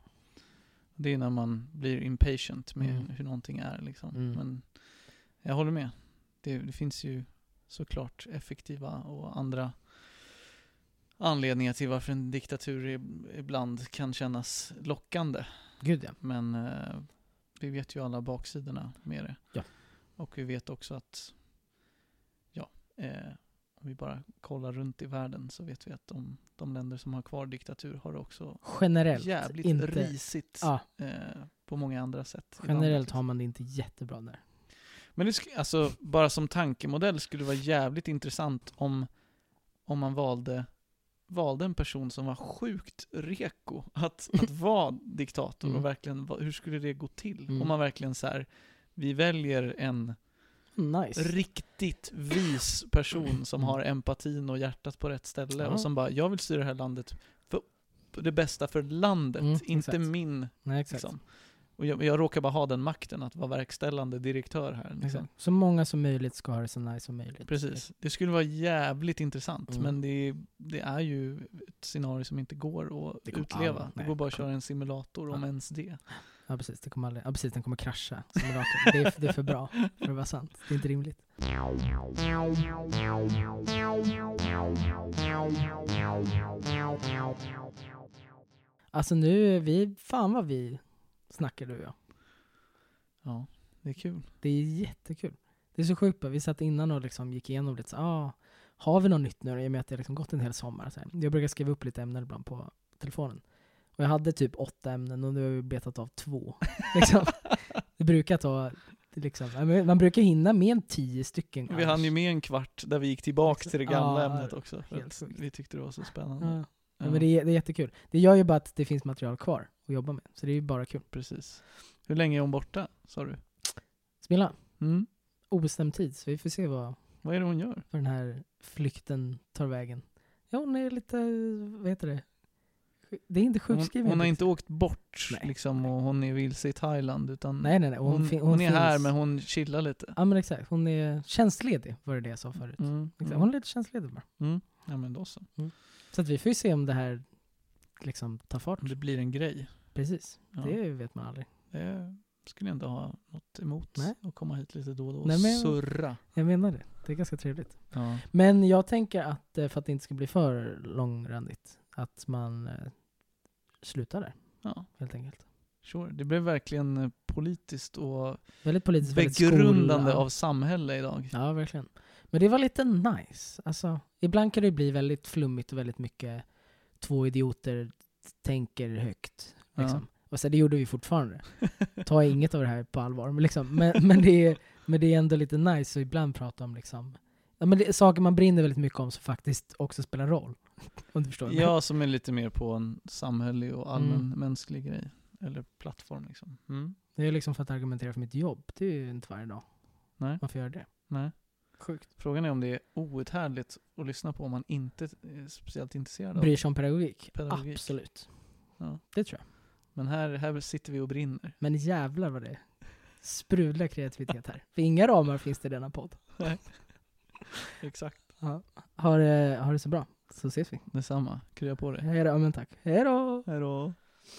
Det är när man blir impatient med Mm. hur någonting är. Liksom. Mm. Men jag håller med. Det, det finns ju såklart effektiva och andra anledningar till varför en diktatur i- ibland kan kännas lockande. Gud ja. Men eh, vi vet ju alla baksidorna med det. Ja. Och vi vet också att ja, eh, om vi bara kollar runt i världen så vet vi att de, de länder som har kvar diktatur har det också Generellt jävligt inte. risigt Ja, eh, på många andra sätt. ibland generellt faktiskt. har man det inte jättebra där. Men det sk- alltså, bara som tankemodell skulle det vara jävligt intressant om, om man valde, valde en person som var sjukt reko att, att vara diktator. Mm. Och verkligen, va- hur skulle det gå till? Mm. Om man verkligen så här, vi väljer en Nice. riktigt vis person som Mm. har empatin och hjärtat på rätt ställe Ja. och som bara, jag vill styra det här landet för det bästa för landet, Mm, inte exakt. min. Nej, exakt. Liksom. Och jag, jag råkar bara ha den makten att vara verkställande direktör här. Liksom. Exakt. Så många som möjligt ska ha det så nice som möjligt. Precis. Det skulle vara jävligt intressant, Mm. men det, det är ju ett scenario som inte går att Det kommer utleva. aldrig- det nej, går bara att det kommer- köra en simulator, om Ja. ens det. Ja precis, det kommer aldrig, ja, precis, den kommer krascha. Simulatorn. Det, är, det är för bra för att vara sant. Det är inte rimligt. Alltså nu är vi, fan vad vi snackar du och jag. Ja, det är kul. Det är jättekul. Det är så sjukt. Vi satt innan och liksom gick igenom lite så, ah, har vi något nytt nu? I och med att det har liksom gått en hel sommar. Så här. Jag brukar skriva upp lite ämnen ibland på telefonen. Och jag hade typ åtta ämnen och nu har vi betat av två. liksom. Det brukar ta Det liksom, ja, men man brukar hinna med en tio stycken. Vi hann ju med en kvart där vi gick tillbaka till det gamla Ja, ämnet också. För helt att sjukt. vi tyckte det var så spännande. Ja. Ja, Ja, men det är, det är jättekul. Det gör ju bara att det finns material kvar att jobba med. Så det är ju bara kul. Precis. Hur länge är hon borta, sa du? Smilla, Mm. obestämd tid. Så vi får se vad, Vad är det hon gör? vad den här flykten tar vägen. Ja, hon är lite, vad heter det? Det är inte Hon, sjukskriven. hon har inte åkt bort Nej. liksom, och hon är vilse i Thailand. Utan Nej, nej, nej. Hon, hon, fin- hon, hon är här finns- men hon chillar lite. Ja, men exakt. Hon är tjänstledig, var det det jag sa förut. Mm. Exakt. Mm. Hon är lite tjänstledig bara. Mm. Ja men då så. Så att vi får ju se om det här liksom tar fart. Om det blir en grej. Precis. Ja. Det vet man aldrig. Det skulle jag inte ha något emot. Nej. Att komma hit lite då och då och Nej, men- surra. Jag menar det. Det är ganska trevligt. Ja. Men jag tänker att, eh, för att det inte ska bli för långrandigt, att man eh, slutar där, ja, helt enkelt. sure. Det blev verkligen eh, politiskt och Väldigt politiskt, väldigt begrundande skola. av samhälle idag. Ja, verkligen. Men det var lite nice. Alltså, ibland kan det bli väldigt flummigt och väldigt mycket två idioter tänker högt. Liksom. Och så det gjorde vi fortfarande. Ta inget av det här på allvar. Men, liksom, men, men, det, är, men det är ändå lite nice att ibland prata om liksom, ja, men det, saker man brinner väldigt mycket om som faktiskt också spelar roll. Om du förstår. Ja, som är lite mer på en samhällig och allmän Mm. mänsklig grej. Eller plattform liksom. Mm. Det är liksom för att argumentera för mitt jobb. Det är ju inte varje dag Nej. man får göra det. Nej. Sjukt. Frågan är om det är outhärdligt att lyssna på om man inte är speciellt intresserad av. Bryr sig om pedagogik? Pedagogik. Absolut. Ja. Det tror jag. Men här, här sitter vi och brinner. Men jävlar vad det sprudlar kreativitet här. För inga ramar finns det i denna podd. Exakt. Ja. Har, det- har det så bra, så ses vi. Detsamma. Krya på dig. Hej då, men tack. Hej då! Hej då.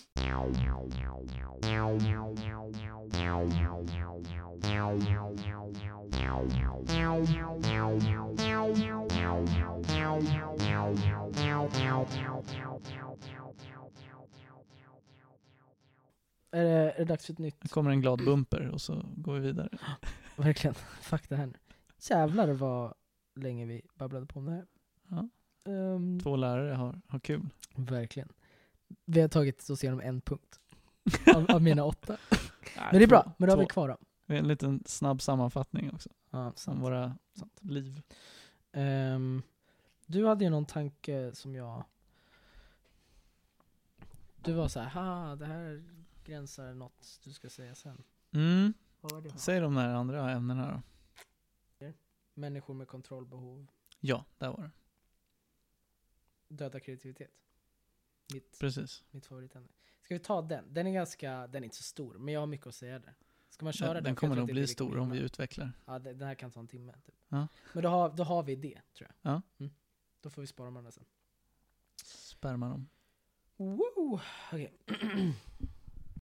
Är det, är det dags för ett nytt? Det kommer en glad bumper och så går vi vidare. Verkligen. Fuck det här nu. Jävlar vad länge vi babblade på om det här. Ja. Ehm, Två lärare har, har kul. verkligen. Vi har tagit oss igenom en punkt av, av mina åtta. Nej, Men det är bra, två- men då har vi två. kvar dem. En liten snabb sammanfattning också. Ja, Om sant. våra Sant. liv. Ehm, du hade ju någon tanke som jag... Du var så här, ha, det här gränsar något du ska säga sen. Mm. Vad var det? Säg de där andra ämnena då. Människor med kontrollbehov, Ja, där var det. döda kreativitet. Mitt, Precis. mitt favoritämne. Ska vi ta den? Den är ganska, den är inte så stor, men jag har mycket att säga där. Ska man köra Den, den? den För kommer jag tror nog att bli det vi kommer stor om vi hinna. utvecklar. Ja, det, den här kan ta en timme. Typ. Ja. Men då har, då har vi det, tror jag. Ja. Mm. Då får vi spara med den sen. Sperma dem. Wow! Okej.